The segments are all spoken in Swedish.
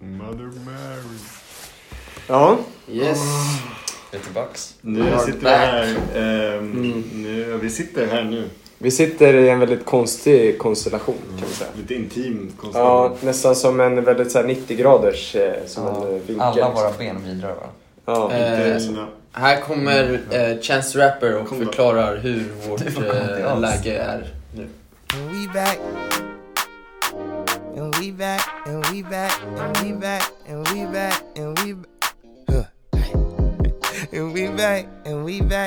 Mother Mary. Ja. Yes. Vi är tillbaks. Nu sitter vi här. Vi sitter här nu. Vi sitter i en väldigt konstig konstellation kan vi säga. Lite intim konstellation. Ja, nästan som en väldigt så här 90 graders som en vinkel. Alla våra ben vidrar va? Ja. Här kommer Chance the Rapper och förklarar hur vårt läge är nu. And we back. And we back. And we back. And we back. And we back. And we and we back. And we back.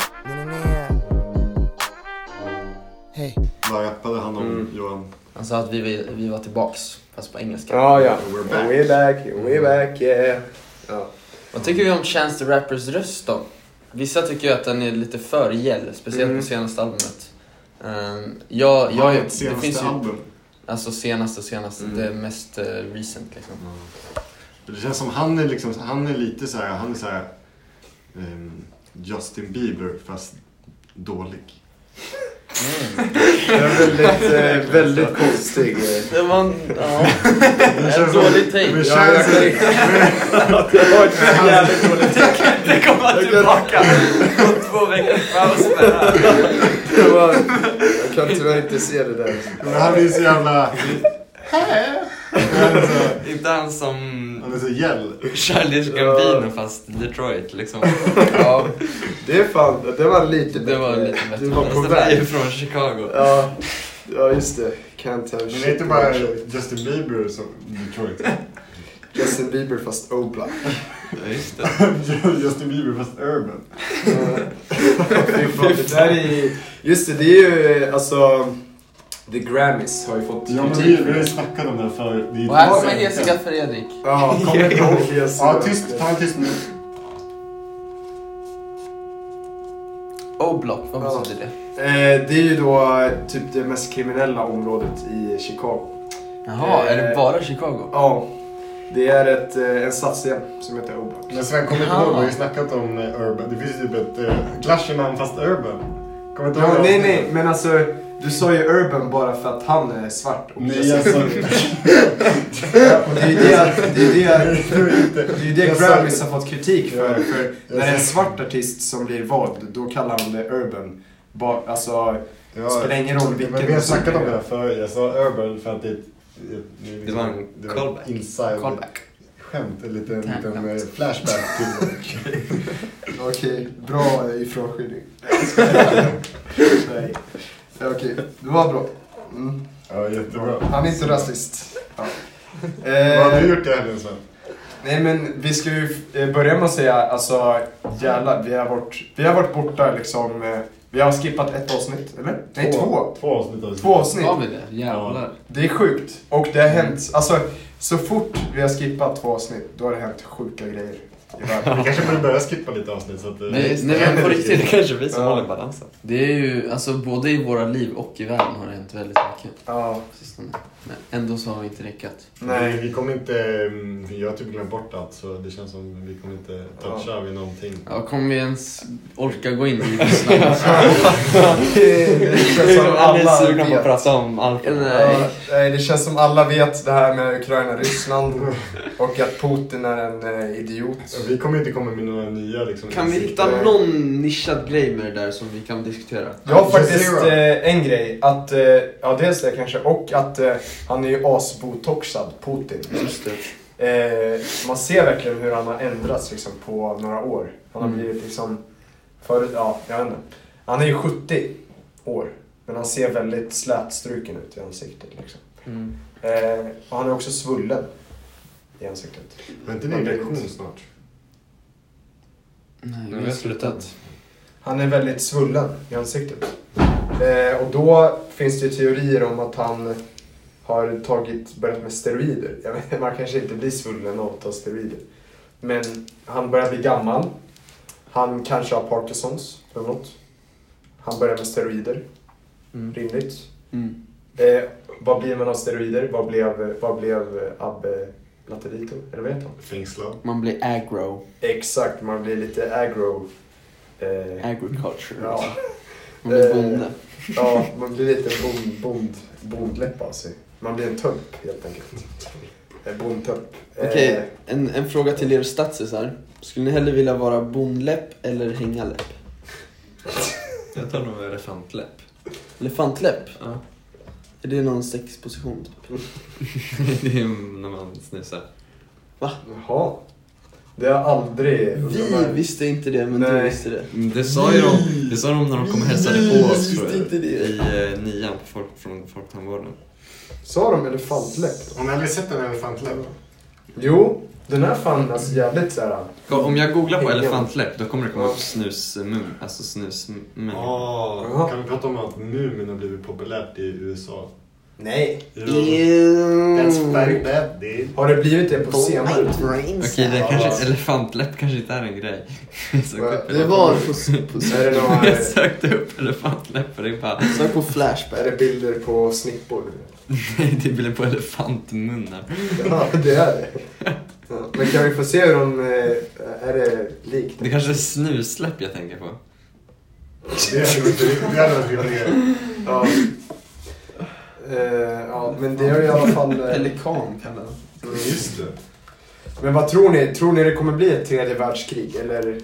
Hey. Vad rappade han om, Johan? Han sa att vi var tillbaks, fast på engelska. Ja. We're We're back, yeah. Ja. Vad tycker vi om Chance the Rappers röst då? Vissa tycker ju att den är lite för gäll, speciellt på senaste albumet. Det finns ju album. Alltså senaste det mest recent liksom. Det känns som han är lite så här, han är så här Justin Bieber fast dålig. Det är väldigt konstig. Det var en dålig take. Det känns det var ett jävligt dåligt take. Det kommer tillbaka. 2 veckors paus med det här. Jag kan tyvärr inte se det där. Men han är så jävla... Inte han som... Han är så gäll. Childish Gambino fast Detroit liksom. Ja, det är fan, det var lite bättre. Det var lite bättre. Det var på Det är ju väg. från Chicago. Ja, just det. Can't have Men shit. det är inte bara Justin Bieber som Detroit. Justin Bieber fast Oblak. Ja, just det. Justin Bieber fast urban. Det där är just det är ju alltså The Grammys har ju fått Ja, men vi har ju snackat om det här för... Och här kommer Jessica Fredrik. Ja, kommer ihåg Jessica. Ja, tyst, ta en tyst nu. O-block, vad betyder det? Det är ju då typ det mest kriminella området i Chicago. Jaha, är det bara Chicago? Ja, det är en stadsdel som heter O-block. Men Sven, kommer inte ihåg, vi har ju snackat om urban. Det finns ju typ ett Glasherman fast urban. Kommer inte ihåg? Ja, nej, men alltså du sa ju urban bara för att han är svart. Och Nej, alltså... och det är ju det Grammys har fått kritik för när det är en svart artist som blir vald, då kallar de det urban. Alltså, det spelar ingen roll vilken... Men vi har snackat om det här för jag sa urban för att Det var en callback. Inside. Callback. Skämt, en liten flashback till. Okej, bra ifrånskyddning. Nej. Okej, det var bra. Ja, jättebra. Han är inte rasist. Ja. Vad har du gjort i helgen, Sven? Nej, men vi ska ju börja med att säga, alltså jävlar, vi har varit borta liksom, vi har skippat ett avsnitt, eller? Nej, två avsnitt. 2 avsnitt. Har vi det? Jävlar. Det är sjukt. Och det har hänt, alltså så fort vi har skippat 2 avsnitt, då har det hänt sjuka grejer i världen. Vi kanske borde börja skippa lite avsnitt så att Nej, men på riktigt. Det kanske vi som håller balansen. Det är ju, alltså både i våra liv och i världen har det hänt väldigt mycket. Ja. Men ändå så har vi inte räckat. Nej, vi kommer inte, jag har typ glömt bort allt så det känns som vi kommer inte toucha vid någonting. Ja, kommer vi ens orka gå in i det snabbt? Det känns som Alla är alla sugna på att vet. prata om allt. Nej, det känns som alla vet det här med Ukraina-Ryssland och att Putin är en idiot. Vi kommer inte komma med några nya liksom. Kan vi hitta någon nischad grej med det där som vi kan diskutera? Jag har faktiskt en grej, att, ja dels det kanske, och att han är ju asbotoxad, Putin. Just det. Man ser verkligen hur han har ändrats liksom, på några år. Han har blivit liksom, förut, ja, jag vet inte. Han är ju 70 år, men han ser väldigt slätstruken ut i ansiktet liksom. Och han är också svullen i ansiktet. Men inte en reaktion snart. Nej, vi har slutat. Han är väldigt svullen i ansiktet. Och då finns det ju teorier om att han har börjat med steroider. Jag vet, man kanske inte blir svullen av att ta steroider. Men han börjar bli gammal. Han kanske har Parkinsons eller något. Han börjar med steroider. Rimligt. Vad blir man av steroider? Vad blev Abbe Laterito? Eller vad heter han? Fängslad. Man blir aggro. Exakt, man blir lite aggro. Agriculture. Ja. Man blir bonde. Ja, man blir lite bondläpp av sig. Man blir en tulp helt enkelt. Bondtöpp. Okej, en fråga till er stadsisar. Skulle ni hellre vilja vara bondläpp eller hängaläpp? Jag tar nog elefantläpp. Elefantläpp? Ja. Är det någon sexposition typ? Det är när man snusar. Jaha. Det har aldrig... Vi visste inte det, men du visste det. Det sa de när de kom och hälsade på oss visste inte det. i 9 från folktandvården. Sa de elefantläpp? Har ni aldrig sett en elefantläpp? Jo, den här fan alltså jävligt så här. Om jag googlar på elefantläpp, då kommer det komma upp snusmun. Alltså snusmun. Kan vi prata om att Mumin har blivit populärt i USA? Nej. That's very bad, dude. Har det blivit det på senare? Okej, det kanske elefantläpp kanske inte är en grej. Det var Är det några... Jag sökte upp elefantläpp och det är bara... Sök på Flashback. Är det bilder på snippor? Nej, det är bilder på elefantmunnar. Ja, det är det. Ja. Men kan vi få se hur de... Är det likt? Det kanske är snusläpp jag tänker på. Det hade varit riktigt. Ja. Ja, men det är i alla fall... Pelikan kallar det. Just det. Men vad tror ni? Tror ni det kommer bli ett 3:e världskrig? Eller...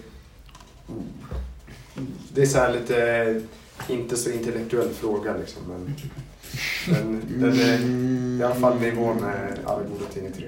Det är så här lite... Inte så intellektuell fråga liksom, men... Den är i alla fall nivå med alla goda ting i 3.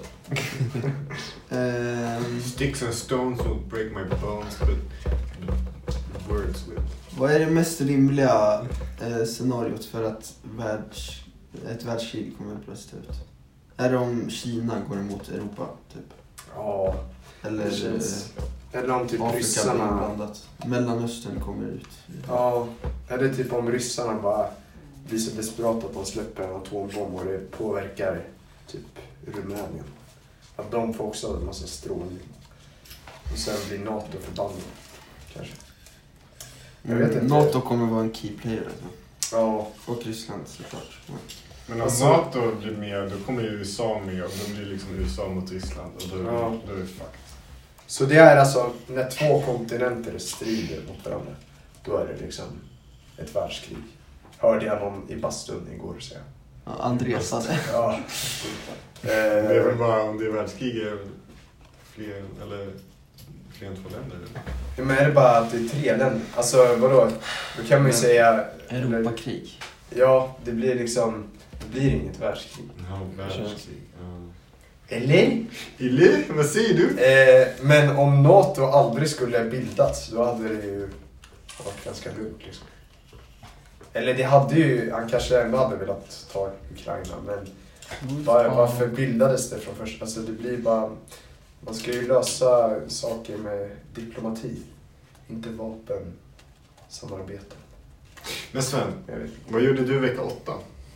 Sticks and stones will break my bones, but words will. Vad är det mest rimliga scenariot för att ett världskrig kommer att brösta ut? Är det om Kina går emot Europa, typ? Ja, eller eller om typ Afrika ryssarna... blir blandat. Mellanöstern kommer ut. Ja, eller typ om ryssarna bara blir så desperata att de släpper en atombomb och det påverkar typ Rumänien. Att de får också en massa strålning. Och sen blir NATO förbannad, kanske. Jag vet inte. NATO kommer vara en key player. Alltså. Ja. Och Ryssland såklart. Ja. Men om NATO blir med, då kommer ju USA med och då blir liksom USA mot Ryssland och då är det fucked. Så det är alltså när 2 kontinenter strider mot varandra, då är det liksom ett världskrig. Hörde jag någon i bastun igår säga. Ja, Andreas hade. Ja. Det är väl bara om det är världskrig är fler än 2 länder. Ja, men är det bara att det är 3 länder? Alltså vadå? Då kan man ju säga... Europakrig. Ja, det blir liksom... Det blir inget världskrig. Ja, världskrig. Eller? Vad säger du? Men om NATO aldrig skulle bildas, då hade det ju varit ganska lugnt liksom. Eller det hade ju, han kanske ändå hade velat ta Ukraina, men varför bildades det från först? Alltså det blir bara, man ska ju lösa saker med diplomati, inte vapensamarbete. Men Sven, vad gjorde du vecka 8?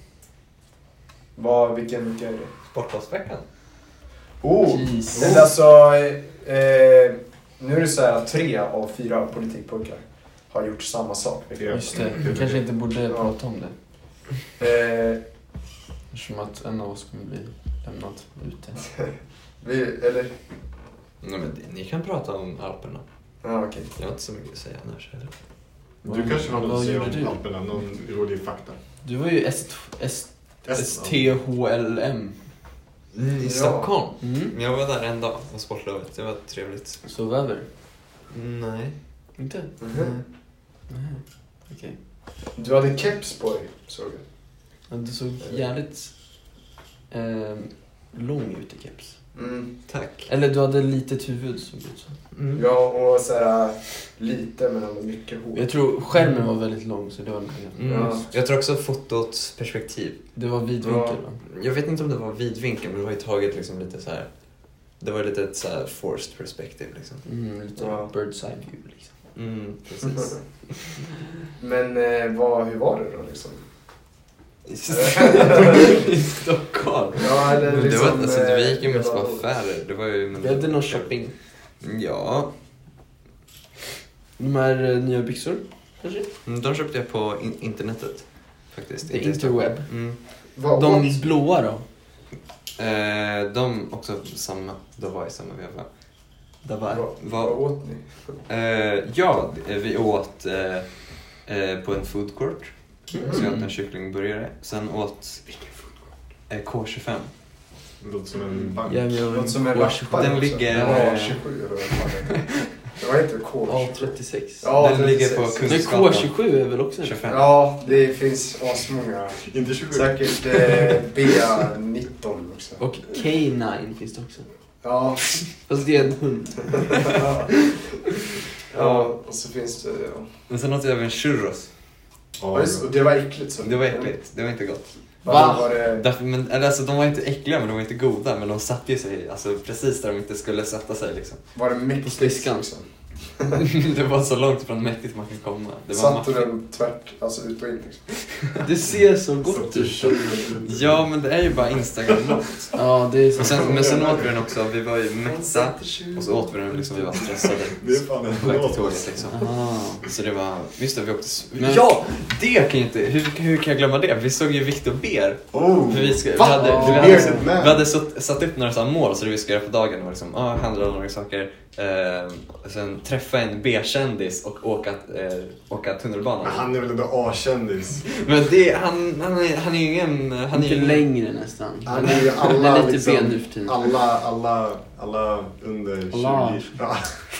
Vilken vecka är det? Sportlovsveckan. Men alltså, nu är det så här att 3 av 4 politikpojkar har gjort samma sak. Just det, vi kanske inte borde prata om det. Eftersom att en av oss kommer bli lämnad ute. Eller? Nej, men ni kan prata om Alperna. Ja, okej. Jag har inte så mycket att säga annars heller. Du kanske har något att säga om du? Alperna, någon rolig fakta. Du var ju STHLM. I Stockholm? Mm. Jag var där en dag på sportlovet, det var trevligt. Sov över? Nej. Inte? Mm. Nej. Okej. Du hade keps på dig, såg jag. Ja, du såg jävligt lång ut i keps. Tack. Eller du hade litet huvud, såg ut så. Ja, och såhär lite men ändå mycket hår. Jag tror skärmen var väldigt lång, så det var Ja. Jag tror också fotots perspektiv. Det var vidvinkel, va? Jag vet inte om det var vidvinkel, men det var ju taget liksom lite så här. Det var lite ett så här forced perspektiv liksom. Lite bird's eye view liksom. Precis. Men hur var det då liksom? I Stockholm. Ja, eller men liksom, det var, alltså, vi gick ju mest på affärer. Det var ju... Vi hade någon shopping. Ja. De här nya byxor, kanske? De köpte jag på internetet. Faktiskt. Det är interweb. De blåa då? De också samma. De var i samma veva. Vad åt ni? Ja, vi åt på en food court. Så jag åt en kycklingburgare. Sen åt K25. Det låter som en bank. Ja, Det låter som en K27. rappare Den också. ligger... Ja, 27 eller vad fan det heter. Det var inte K27. A36. Ja, Den 36. ligger på Men Kungsgatan. K27 är väl också 25. Ja, det finns asmånga. Inte 27. Säkert B19 också. Och K9 finns det också. Ja. Fast det är en hund. Ja, och så finns det... Ja. Men sen åt jag även churros. Ja, just, och det var äckligt. Så. Det var äckligt. Det var inte gott. Va? Var det... Därför, men, alltså, de var inte äckliga men de var inte goda. Men de satte ju sig alltså, precis där de inte skulle sätta sig. Liksom. Var det mäktigt? sliskan. Liksom? Det var så långt från mäktigt man kan komma. Det var Satt du maffigt. den tvärt, alltså ut och in liksom? Det ser så Så gott du ut. kör. Ja, men det är ju bara Instagram-mat. Ja, det är så. Och sen, men sen åt vi den också. Vi var ju mätta. Och så åt vi den liksom, vi var stressade. Det är fan en På väg till låt. tåget liksom. Ah. Så det var, visst det, vi åkte... Men- Ja! Det kan jag inte, hur kan jag glömma det? Vi såg ju Victor Beer. Oh! För vi Va? hade, Ja, vi Bearded hade, Man. vi hade satt upp några sådana mål så det vi skulle göra på dagen. Det var liksom, handla om några saker. Sen träffa en B-kändis och åka tunnelbanan. Men han är väl ändå A-kändis? Men det, han är ju ingen... Han är Inte ju längre nästan. Han är ju Han alla är lite liksom... ben nu för tiden. Alla under 20. Alla. Ja.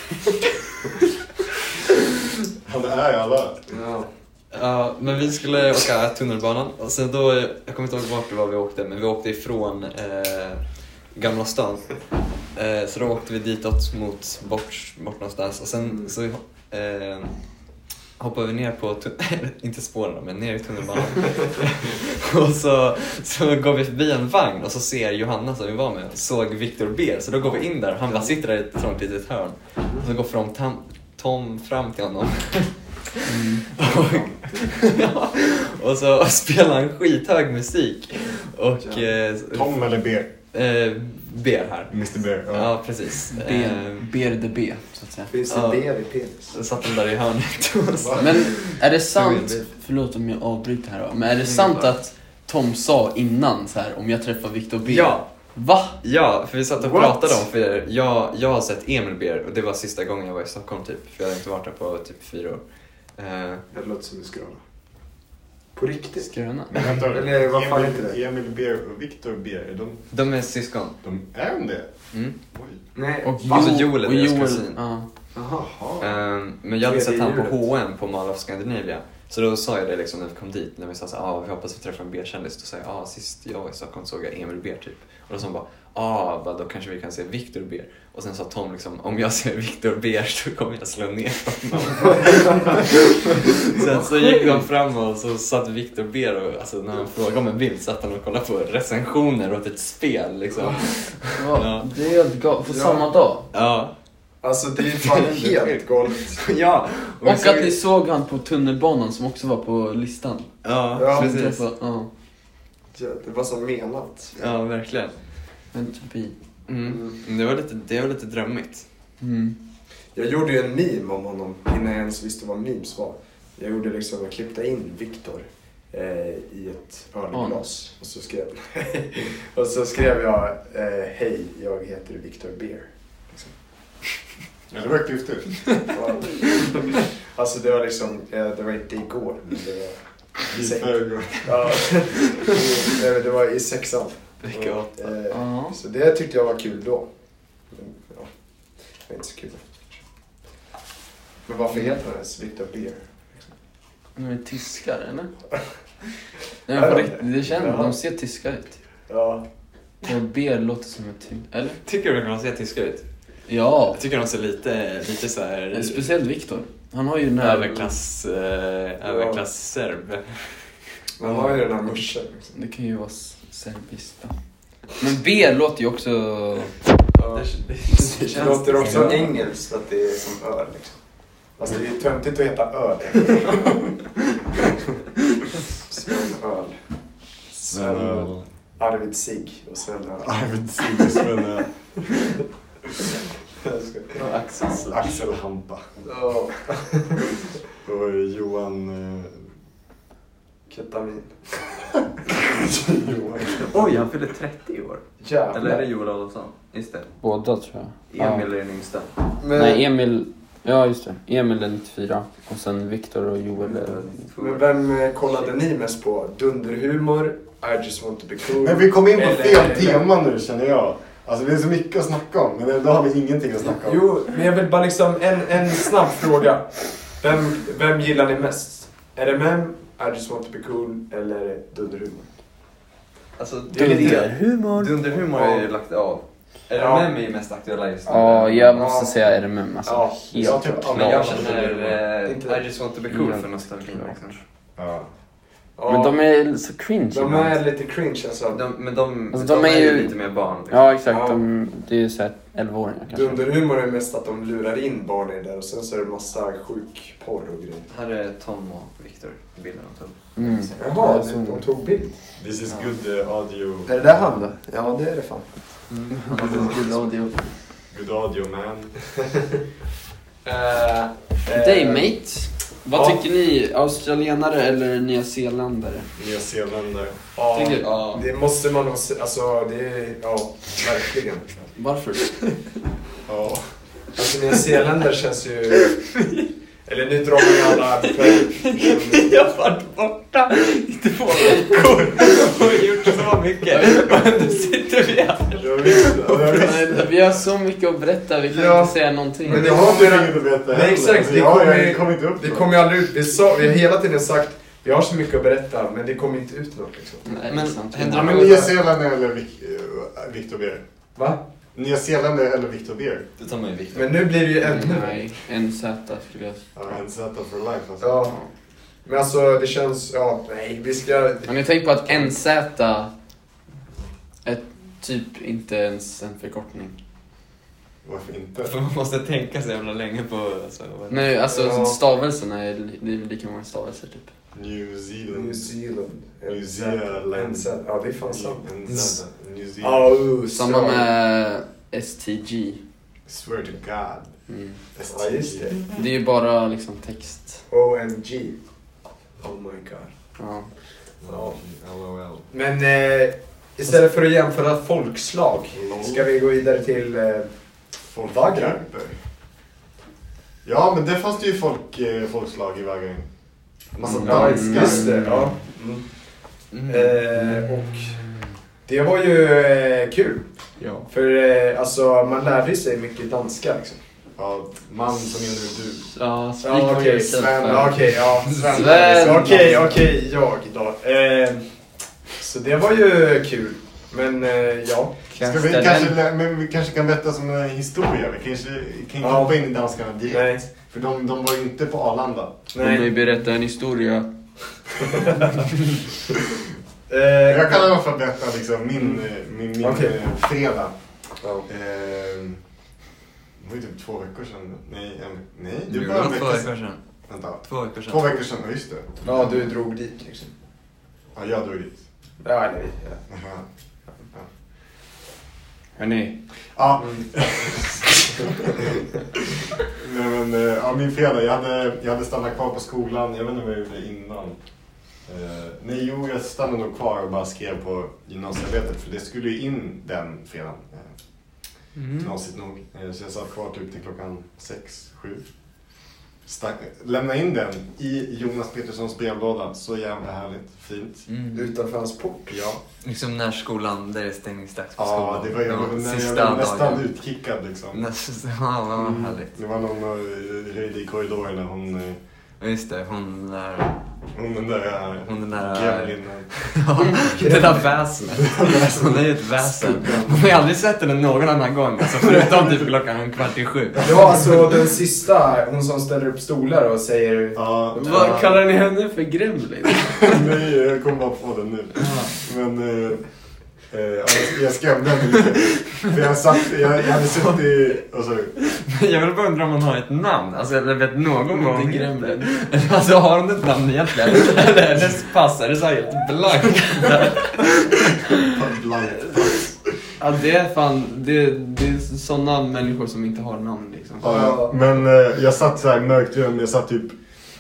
Han är alla. Ja. Ja, men vi skulle åka tunnelbanan och sen då, jag kommer inte ihåg vart det var vi åkte, men vi åkte ifrån Gamla stan. Så då åkte vi ditåt bort någonstans och sen så hoppade vi ner på, inte spåren men ner i tunnelbanan. Och så går vi förbi en vagn och så ser Johanna som vi var med, såg Victor Beer. Så då går vi in där, han bara sitter där i ett trångt litet hörn. Och så går Tom fram till honom. Och så spelar han skithög musik. Och Tom eller B? Beer här. Mr. Bear. Ja, precis. Ber the B, så att säga. Finns det Ja. B i penis? Så satt de där i hörnet. Och så. Men är det sant, Så vill förlåt om jag avbryter här då, men är det sant att Tom sa innan så här om jag träffar Victor B? Ja. Va? Ja, för vi satt och What? pratade om, för jag har sett Emil Beer och det var sista gången jag var i Stockholm typ, för jag hade inte varit där på typ 4 år. Det låter som du scrollar. På riktigt? Skröna? Men vänta, Eller vad fan heter det? Emil Bear och Victor Bear, De är syskon. är de det? Mm. Oj. Nej. Och Va? Så Joel är och deras Joel, kusin. ja. Jaha. Men jag hade sett han på Tredje H&M på Mall of Scandinavia. Så då sa jag det liksom när vi kom dit, när vi sa såhär, vi hoppas vi träffar en B-kändis. Då sa jag, sist jag var i Stockholm såg jag Emil Beer typ. Och då sa han bara, då kanske vi kan se Victor Beer. Och sen sa Tom liksom, om jag ser Victor Beer så kommer jag slå ner honom. Sen så gick de fram och så satt Victor Beer och alltså, när han frågade om en bild satt han och kollade på recensioner åt ett spel liksom. Ja. Det är helt galet, på samma dag. Ja. Alltså det är fan helt galet. Ja. Och att ni såg han på tunnelbanan som också var på listan. Ja, Ja, precis. Ja, Ja, det var så menat. Ja, verkligen. men typ Det var lite drömmigt. Jag gjorde ju en meme om honom innan jag ens visste vad memes var. Jag gjorde liksom, jag klippte in Victor i ett ölglas. Och så skrev jag hej, jag heter Victor Beer. Liksom. Ja, det var klyftigt. Alltså det var liksom, det var inte igår. Men det var I förrgår. ja, det var i 6:an. Vilka Och, så det tyckte jag var kul då. Men, ja, det var inte så kul. Men varför heter han ens Victor Beer? De är tyskar, eller? Nej, men på riktigt, det känns, de ser tyskar ut. Ja. Och B låter som ett tyg, eller? Tycker du att de ser tyska ut? Ja, Jag tycker de ser lite så här speciellt Victor. Han har ju den här... överklass serb. Man har ju den här muschen. Liksom. Det kan ju vara serbiskt då. Men B låter ju också... Ja. Det låter också engelskt att det är som öl. Liksom. Alltså det är ju töntigt att heta öl. Sven öl. Sven Arvid Sig och Sven öl. Arvid Sig, Sven öl. Axel Hampa. Ja. Och Johan... Ketamin. Johan. Oj, han fyller 30 år. Jävlar. Eller är det Joel Adolfsson? Just det. Båda tror jag. Emil är den yngsta. Men, Nej, Emil Ja, just det. Emil är 94 och sen Viktor och Joel är... Men vem kollade ni mest på? Dunderhumor, I just want to be cool? Men vi kom in på eller- fel tema nu känner jag. Alltså det är så mycket att snacka om, men då har vi ingenting att snacka om. Jo, men jag vill bara liksom en snabb fråga. Vem gillar ni mest? RMM, I just want to be cool eller Dunderhumor? Alltså, Det är lite... Dunderhumor är ju lagt av. RMM är ju mest aktuella just nu. Ja, jag måste säga RMM. Alltså, Ja, helt jag typ- klart. Men jag Ja, känner inte- I just want to be cool för nostalgin liksom. Ja. Men de är så cringe De ibland. är lite cringe alltså. De är ju lite mer barn. Liksom. Ja, exakt. Ja. Det är ju såhär 11-åringar kanske. Dunderhumor är mest att de lurar in barn i det där och sen så är det massa sjuk porr och grejer. Här är Tom och Viktor i bilden de tog. Mm. Jaha, Ja, så- de tog bild. This is good audio. Är det där han då? Ja, det är det fan. Good audio man. Day mate. Vad Ja. tycker ni? Australienare eller nyzeeländare? Nya Zeeländare. Ja, Tycker- ja. det måste man nog se, alltså det är, ja, verkligen. Varför? Ja. Alltså nyzeeländare känns ju, eller nu drar man ju alla Jag har varit borta i 2 veckor och gjort så mycket. Och ändå sitter vi här. Jag visste. Jag visste. Vi har så mycket att berätta, vi kan Ja. inte säga någonting. Men Men det jag har kommer- inte inget att berätta Nej, heller. exakt, Alltså, det jag kommer- kommer inte upp det så. kommer ju aldrig ut, vi har hela tiden sagt vi har så mycket att berätta men det kommer inte ut något liksom. Nej, Men det är sant. händer Ja, det men något- Nya Zeeländare eller Victor Beer? Va? Nya Zeeländare eller Victor Beer? Det tar man ju Viktor. Men nu blir det ju ännu Nej, en Z skulle jag säga. Ja, en Z for life alltså. Ja, men alltså det känns, ja nej vi ska, Har ni tänkt på att NZ är typ inte ens en förkortning? Varför inte? För man måste tänka så jävla länge på... Alltså, Nej, alltså Ja. stavelserna är lika många stavelser typ. New Zealand. New Zealand. New Zealand. Ja, det är fan sant. NZ. New Ja, Zealand. Samma med STG. Swear to God. Mm. Ja, just det. Det är ju bara liksom text. OMG. Oh my god. Ja. Ja. LOL. Men istället för att jämföra folkslag ska vi gå vidare till Folkgrupper. Ja, men det fanns det ju folkslag i Vaggan. Massa danskar. Just det, ja. Och det var ju kul. Ja. För alltså man lärde sig mycket danska liksom. Ja, man som menar du. Ja, Ja, okej, Sven. Ja, okej, ja. Sven. Okej, jag då. Så det var ju kul. Men ja. Men vi kanske kan berätta som en historia. Vi kanske kan inte hoppa in i danskarna direkt. Nej. För de var ju inte på Arlanda. Om ni Nej. berättar en historia. Jag kan i alla fall berätta liksom min Okej. fredag. Ja. Det var ju typ 2 veckor sedan. Nej, det Det var bara en var 2 vecka veckor sedan. sedan. Vänta. 2 veckor sedan. 2 veckor sedan, ja, just det. Ja, du drog dit liksom. Ja, jag drog dit. Ja, eller ja. Aha. Hörni. Ja. Nej, men ja, min fredag, jag hade stannat kvar på skolan. Jag vet inte vad jag gjorde innan. Jag stannade nog kvar och bara skrev på gymnasiearbetet. För det skulle ju in den fredagen. Knasigt nog. Så jag satt kvar typ till klockan 6-7. Lämna in den i Jonas Peterssons brevlåda. Så jävla härligt. Fint. Utanför hans port. Ja. Liksom när skolan, där är stängningsdags på Ja, skolan. det var ju när jag var nästan utkickad liksom. Ja, vad härligt. Det var någon röjde i korridorerna. Ja, just det, hon där... Hon den där gremlinen. Ja, det där väsenet. Hon är ju ett väsen. Man har ju aldrig sett henne någon annan gång. Alltså förutom typ klockan 6:15. Det var alltså den sista, hon som ställer upp stolar och säger... Ja, Vad kallar ni henne för gremlin? nej, jag kom bara på den nu. Men jag skrämde henne lite. För jag hade suttit i... Jag vill bara undra om hon har ett namn. Alltså jag vet någon vad hon Inte heter. gremlin. Alltså har hon ett namn egentligen? Eller passar det så här helt blankt? Ja, det är fan, det är sådana människor som inte har namn liksom. Ja, men jag satt så här i mörkt rum. Jag satt typ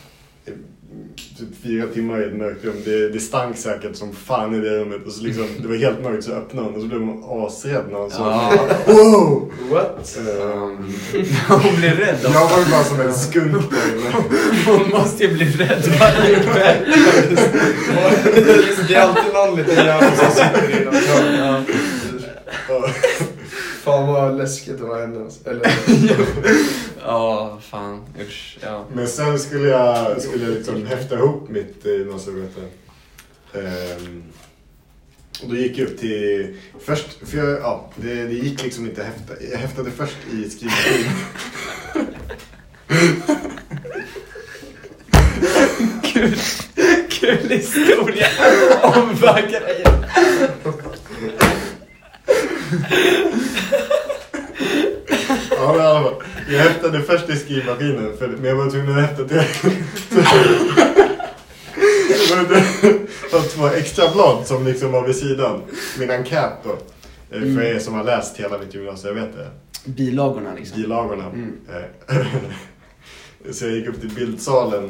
4 timmar i ett mörkt rum. Det stank säkert som fan i det rummet. Och så liksom, det var helt mörkt så öppnade hon. Och så blev hon asrädd när hon såg mig. Wow! What? Hon blir rädd. Jag var ju bara som en skunk där inne. Hon måste ju bli rädd varje kväll. Det är alltid någon liten jävel som sitter innan kranen. Fan vad läskigt det var henne. Eller... Ja, fan. Usch. Ja. Men sen skulle jag liksom häfta ihop mitt gymnasiearbete. Och då gick jag upp till... Först, för det gick liksom inte att häfta. Jag häftade först i skrivmaskin. Kul historia om vad grejer. Ja, jag häftade först i skrivmaskinen, men jag var tvungen att häfta till. Det var 2 extra blad som liksom var vid sidan. Min enkät då. För er som har läst hela mitt gymnasiearbete. Bilagorna liksom. Bilagorna. Så jag gick upp till bildsalen.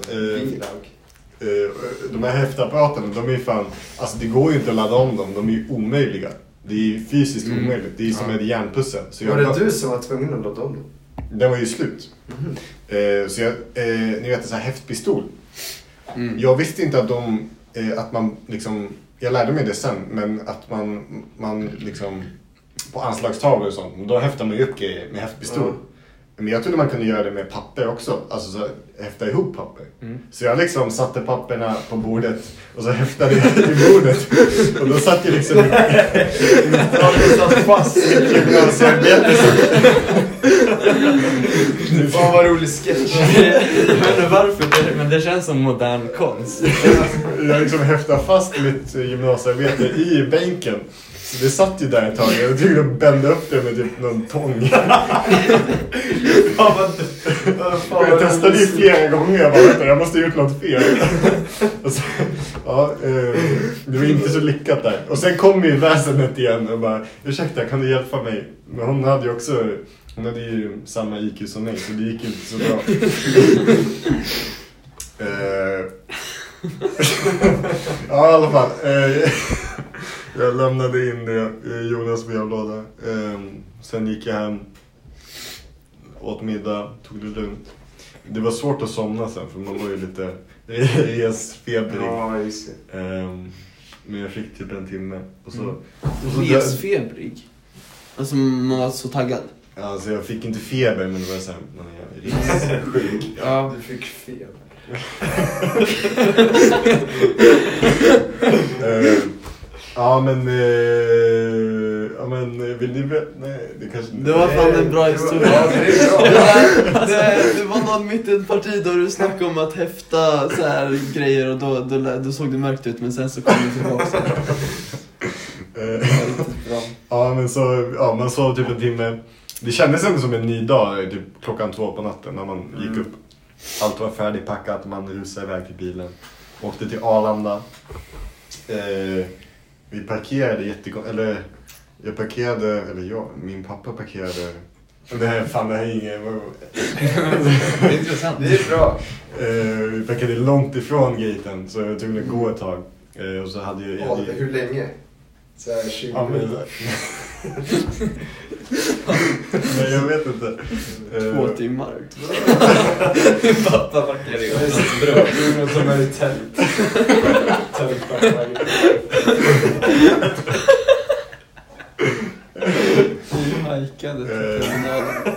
De här häftapparaterna, de är ju fan... Alltså det går ju inte att ladda om dem, de är ju omöjliga. Det är ju fysiskt omöjligt, det är ju som ett järnpussel. Så var det du som var tvungen att ladda om dem? Den var ju slut. Så jag, ni vet en sån här häftpistol. Jag visste inte att man liksom... Jag lärde mig det sen, men att man liksom... På anslagstavlor och sånt, då häftar man ju upp grejer med häftpistol. Men jag trodde man kunde göra det med papper också. Alltså så häfta ihop papper. Så jag liksom satte papperna på bordet och så häftade jag i bordet. Och då satt jag liksom... Jag satt fast i gymnasiearbetet. Fan vad rolig sketch. Jag vet inte varför, men det känns som modern konst. Jag liksom häftade fast mitt gymnasiearbete i bänken. Så det satt ju där ett tag. Jag tyckte att bända upp det med typ någon tång. Jag testade ju flera gånger. Jag måste ha gjort något fel. Så, det var inte så lyckat där. Och sen kom ju väsendet igen och bara, ursäkta, kan du hjälpa mig? Men hon hade ju samma IQ som mig, så det gick inte så bra. Ja, i alla fall. Jag lämnade in det i Jonas brevlåda. Sen gick jag hem, åt middag, tog det lugnt. Det var svårt att somna sen, för man var ju lite resfebrig. Ja, just det. Men jag fick typ en timme. Och så Resfebrig? Alltså man var så taggad. Alltså jag fick inte feber, men det var såhär, man är ressjuk. Ja, du fick feber. Ja men vill ni veta? Nej, det kanske inte. Det var fan en bra historia. Det var någon mittenparti då du snackade om att häfta så här grejer och då såg det mörkt ut, men sen så kom det tillbaka. Ja men så man sov typ en timme. Det kändes ändå som en ny dag typ 2:00 på natten när man gick upp. Allt var färdigpackat, man rusade iväg till bilen. Åkte till Arlanda. Vi parkerade min pappa parkerade. Det här är ingen... Det är intressant. Det är bra. Vi parkerade långt ifrån gaten, så jag tog att gå ett tag. Och så hade jag... Hur länge? Så här 20 minuter. Nej, jag vet inte. 2 timmar. Pappa parkerade ju. Det är bra. Det är som är i tält. Hajkade till terminalen.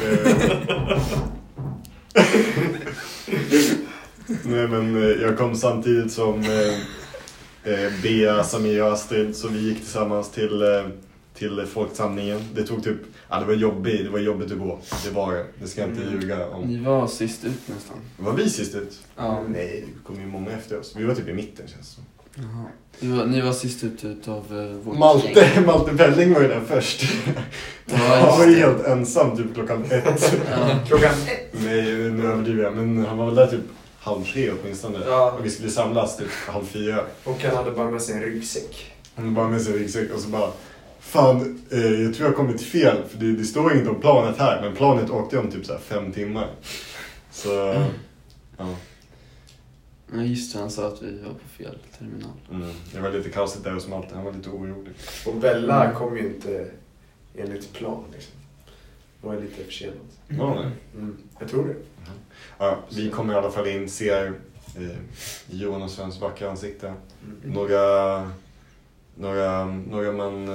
Nej men jag kom samtidigt som Bea, Samir och Astrid, så vi gick tillsammans till folksamlingen. Det tog typ, det var jobbigt att gå. Det ska jag inte ljuga om. Ni var sist ut nästan. Var vi sist ut? Ja. Nej, det kom ju många efter oss. Vi var typ i mitten, känns det. Jaha. Ni var sist ut utav vårt Malte Pelling var ju där först. Han var ju helt ensam typ 1:00. Klockan 1? Nej, nu överdriver jag. Men han var väl där typ 2:30 åtminstone. Ja. Och vi skulle samlas typ 3:30. Och han hade bara med sig en ryggsäck. Han bara med sig en ryggsäck och så bara... Fan, jag tror jag har kommit fel. För det står inget om planet här. Men planet åkte om typ så här 5 timmar. Så... Ja. Ja just det, han sa att vi var på fel terminal. Det var lite kaosigt där hos Malte, han var lite orolig. Och Bella kom ju inte enligt plan liksom. De är lite försenat. Jag tror det. Ja, vi kommer i alla fall in, ser Johan och Svens vackra ansikte. Några man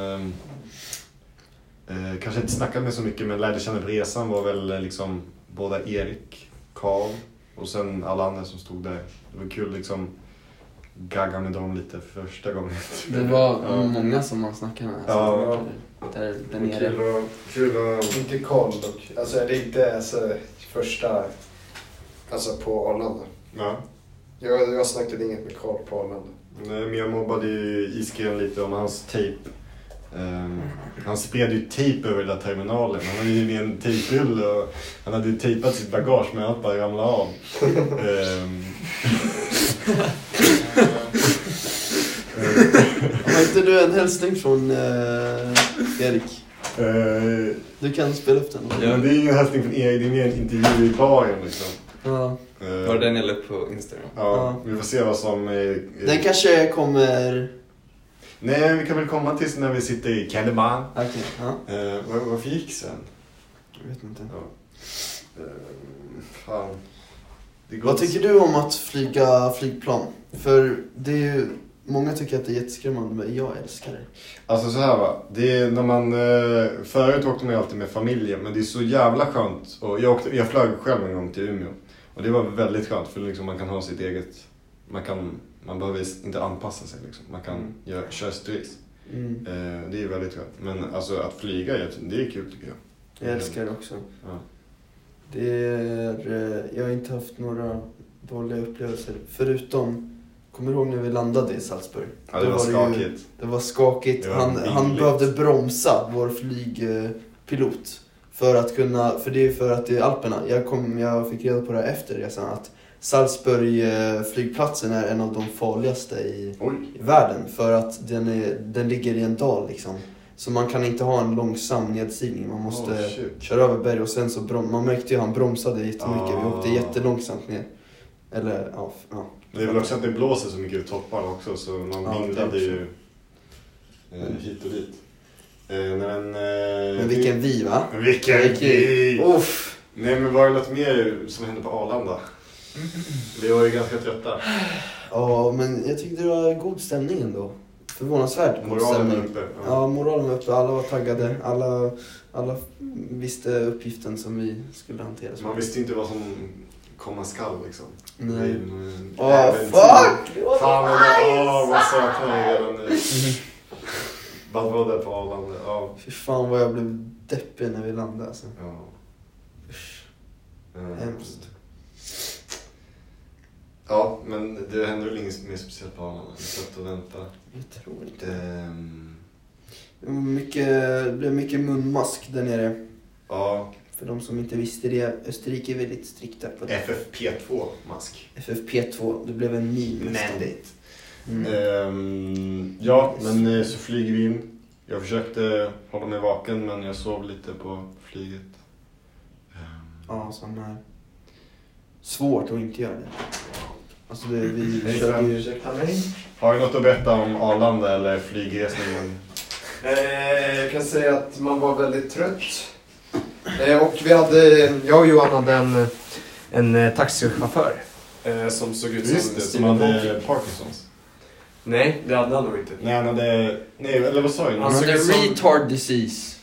kanske inte snackade med så mycket, men lärde känna på resan var väl liksom båda Erik, Karl och sen alla andra som stod där. Det var kul liksom gagga med dem lite för första gången. Det var många som man snackade med. Ja. Där nere. Kul och... Inte Karl dock. Alltså det är inte första alltså på Arlanda. Ja. Jag snackade inget med Karl på Arlanda. Nej, men jag mobbade ju Iskren lite om hans tejp. Han spred ju tejp över den där terminalen. Han hade ju med en tejprulle och han hade ju tejpat sitt bagage med allt bara ramlade av. Har inte du en hälsning från Erik? Du kan spela upp den. Ja, det är ingen hälsning från Erik, det är mer en intervju i baren liksom. Ja. Var det den jag la upp på Instagram? Ja, vi får se vad som... Den kanske kommer... Nej, vi kan väl komma tills när vi sitter i Kellerman. Okej, ja. Varför gick sen? Jag vet inte. Ja. Fan. Vad tycker du om att flyga flygplan? För det är ju... Många tycker att det är jätteskrämmande, men jag älskar det. Alltså så här va, det är när man förut åkte man alltid med familjen, men det är så jävla skönt. Och jag flög själv en gång till Umeå och det var väldigt skönt för liksom man kan ha sitt eget, man behöver inte anpassa sig liksom. Man kan köra turism. Det är väldigt skönt. Men alltså att flyga, det är kul tycker jag. Jag älskar det också. Ja. Jag har inte haft några dåliga upplevelser förutom... Kommer du ihåg när vi landade i Salzburg? Ja, det var skakigt. Det var skakigt. Han behövde bromsa, vår flygpilot. För det är för att det är Alperna. Jag fick reda på det här efter resan att Salzburg flygplatsen är en av de farligaste i världen. För att den ligger i en dal liksom. Så man kan inte ha en långsam nedstigning. Man måste köra över berg och sen så man märkte ju han bromsade jättemycket. Vi åkte jättelångsamt ner. Eller ja. Det är väl också att det blåser så mycket i topparna också, så man vindade ju hit och dit. Men vilken vi va? Vilken vi! Uff. Nej, men var det något mer som hände på Arlanda? Vi var ju ganska trötta. Ja, men jag tyckte det var god stämning ändå. Förvånansvärt god stämning. Moralen var uppe. Ja, moralen var uppe. Alla var taggade. Alla visste uppgiften som vi skulle hantera. Man visste inte vad som komma skall liksom. Nej. Fuck! Fan, vad saknar jag redan nu. Vad var det på Arlanda? Fy fan vad jag blev deppig när vi landade alltså. Ja. Hemskt. Ja, men det händer väl inget mer speciellt på Arlanda. Vi satt och väntade. Jag tror inte. Det blev mycket munmask där nere. Ja. För de som inte visste det, Österrike är väldigt strikta på det. FFP2-mask. FFP2, det blev en ny Mandate. Ja, men så flyger vi in. Jag försökte hålla mig vaken, men jag sov lite på flyget. Ja, som är svårt att inte göra det. Alltså vi körde ju... Har du något att berätta om Arlanda eller flygresningen? Jag kan säga att man var väldigt trött. Och jag och Johan hade en taxichaufför som såg ut som som hade Parkinsons. Nej, det hade han nog inte. Nej, han hade... Nej, eller vad sa du? Han hade retard disease.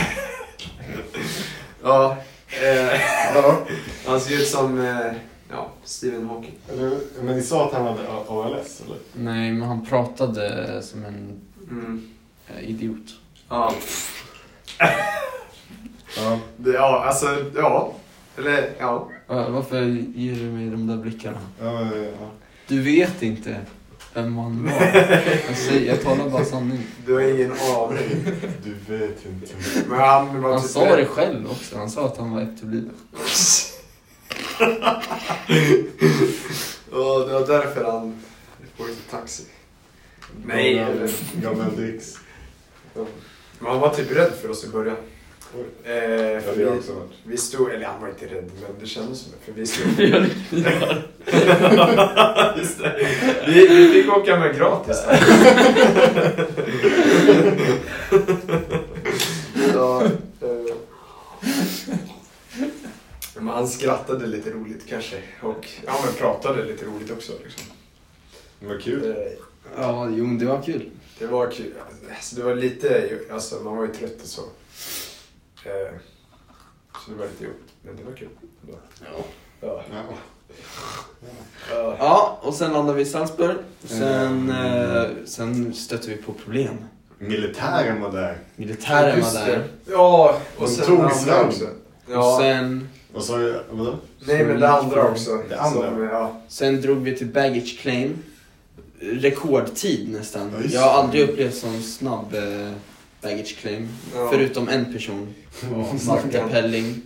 Ja. Han ser ut som Stephen Hawking. Men ni sa att han hade ALS, eller? Nej, men han pratade som en idiot. Ja. Varför ger du mig de där blickarna? Ja. Du vet inte vem han var. Jag talar bara sanning. Du har ingen aning. Du vet inte. Men han sa det själv också. Han sa att han var efterbliven. Det var därför han får inte taxi. Nej. Gammal dricks. Men han var typ rädd för oss i början. Vi stod, eller han var inte rädd, men det kändes som det. För vi stod... Just det. Vi fick åka med gratis. han skrattade lite roligt kanske. Och men pratade lite roligt också liksom. Det var kul. Ja, jo, det var kul. Det var kul. Alltså, det var lite, alltså man var ju trött och så. Så det var lite jobbigt. Men det var kul. Ja. Ja, och sen landade vi i Salzburg. Sen stötte vi på problem. Militären var där. Militären var där. Ja, och De sen tog andra Sverige. också. Och Ja. sen... Vad sa du? Vadå? Nej, men det andra också. Det andra? Som, Sen drog vi till baggage claim. Rekordtid nästan. Ja, just Jag har aldrig upplevt sån snabb baggage claim. Ja. Förutom en person. Malte Pelling.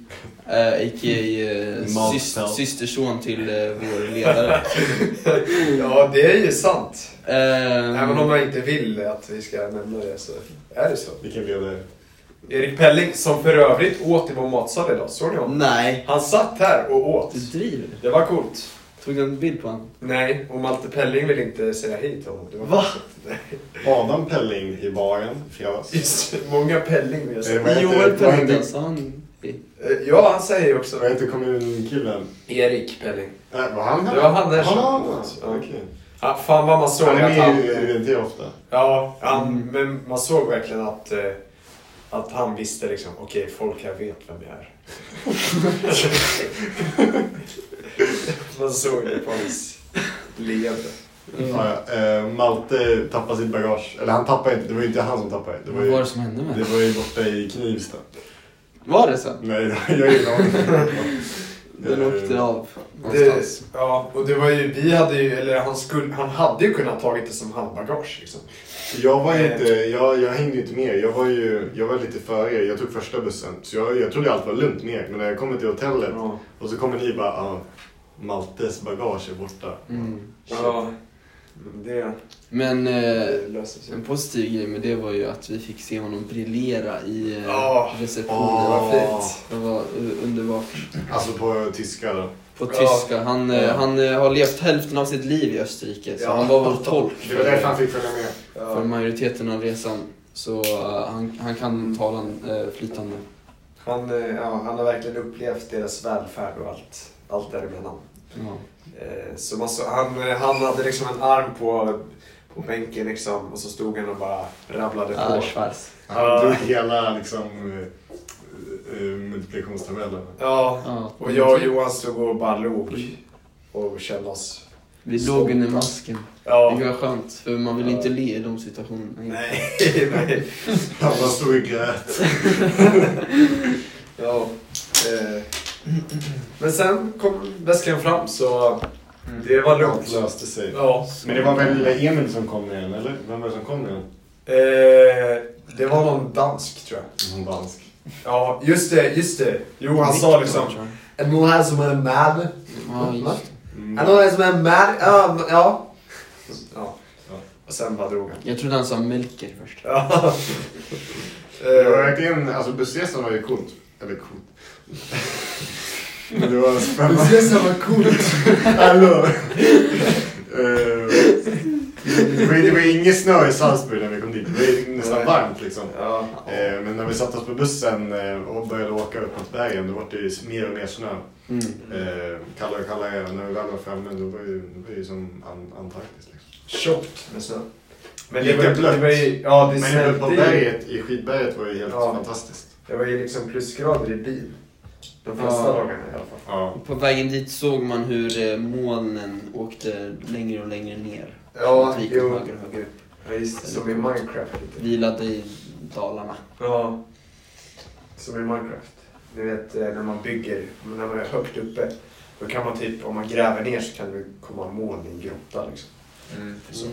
A.k.a. systerson till vår ledare. Ja, det är ju sant. Även Även om jag inte vill att vi ska nämna det så är det så. Vilken ledare? Erik Pelling, som för övrigt åt i vår matsal idag. Såg ni honom? Nej, Han satt här och åt. du driver. Det var coolt. Tog du en bild på honom? Nej, och Malte Pelling vill inte säga hej till honom. Det var Va? Nej. Adam Pelling i baren i fredags. Just, många Pelling vill jag säga. Vad heter- Joel vad Pelling, heter- alltså han... Ja, han säger ju också. Vad heter kommunkillen? Erik Pelling. Var han här? Det var han där som- Ja, okej. Ja, fan vad man såg Han är att han... med i UNT ofta. Ja, men man såg verkligen att han visste liksom, okej, folk här vet vem jag är. Man såg det på hans leende. Ja, Malte tappade sitt bagage. Eller han tappade inte, det var ju inte han som tappade. Det Vad var det som hände med det var ju borta i Knivsta. Var det så? Nej, jag är ingen aning. Den åkte av Det, någonstans. ja, och det var ju, vi hade ju, eller han hade ju kunnat tagit det som handbagage liksom. Jag var inte, jag hängde inte med. Jag var lite före. Jag tog första bussen. Så jag trodde allt var lugnt med. Men när jag kommer till hotellet och så kommer ni bara, Maltes bagage är borta. Ja, det Men löser sig. en positiv grej med det var ju att vi fick se honom briljera i receptionen. Det var fint. Det var underbart. Alltså på tyska då. På tyska. Han har levt hälften av sitt liv i Österrike. Så han var vår tolk Det var därför han fick följa med. för majoriteten av resan. Så han kan tala flytande. Han har verkligen upplevt deras välfärd och allt däremellan. Ja. Så han hade liksom en arm på bänken liksom, och så stod han och bara rabblade på. Schwarz. Han drog hela liksom multiplikationstabellen. Ja, och jag och Johan stod och bara log och kände oss. Vi låg under masken. Ja. Det var skönt, för man vill inte le i de situationerna. Nej. Han bara stod och grät. Ja. Men sen kom väskan fram så det var lugnt. Allt löste sig. Ja. Men det var väl Emil som kom igen, eller? Vem var det som kom igen? Det var någon dansk tror jag. Någon dansk. Ja, just det. Jo, han sa liksom är någon här som är med? Ja, just det. Är någon här som är med? Ja. Och sen bara drog han. Jag trodde han sa Melker först. Ja. Det var verkligen, alltså bussresan var ju coolt. Eller coolt. Men det var spännande. Bussresan var coolt. Hallå. Det var ingen snö i Salzburg när vi kom dit. Det var nästan varmt liksom. Ja. Men när vi satt oss på bussen och började åka upp mot bergen, då var det ju mer och mer snö. Kallare och kallare. När vi väl var framme, då var det ju som Antarktis liksom. Tjockt med snö. Men Lite blött. det var ju, ja, det Men på smälte berget, i skidberget var det helt Ja. fantastiskt. Det var ju liksom plusgrader i bil. De flesta dagarna i alla fall. Ja. På vägen dit såg man hur molnen åkte längre och längre ner. Ja, Det gick jo. högre och högre upp. Ja, just det. Som i Minecraft lite. Vilade i Dalarna. Ja. Som i Minecraft. Ni vet när man bygger, när man är högt uppe. Då kan man typ, om man gräver ner så kan det komma moln i en grotta liksom. Så.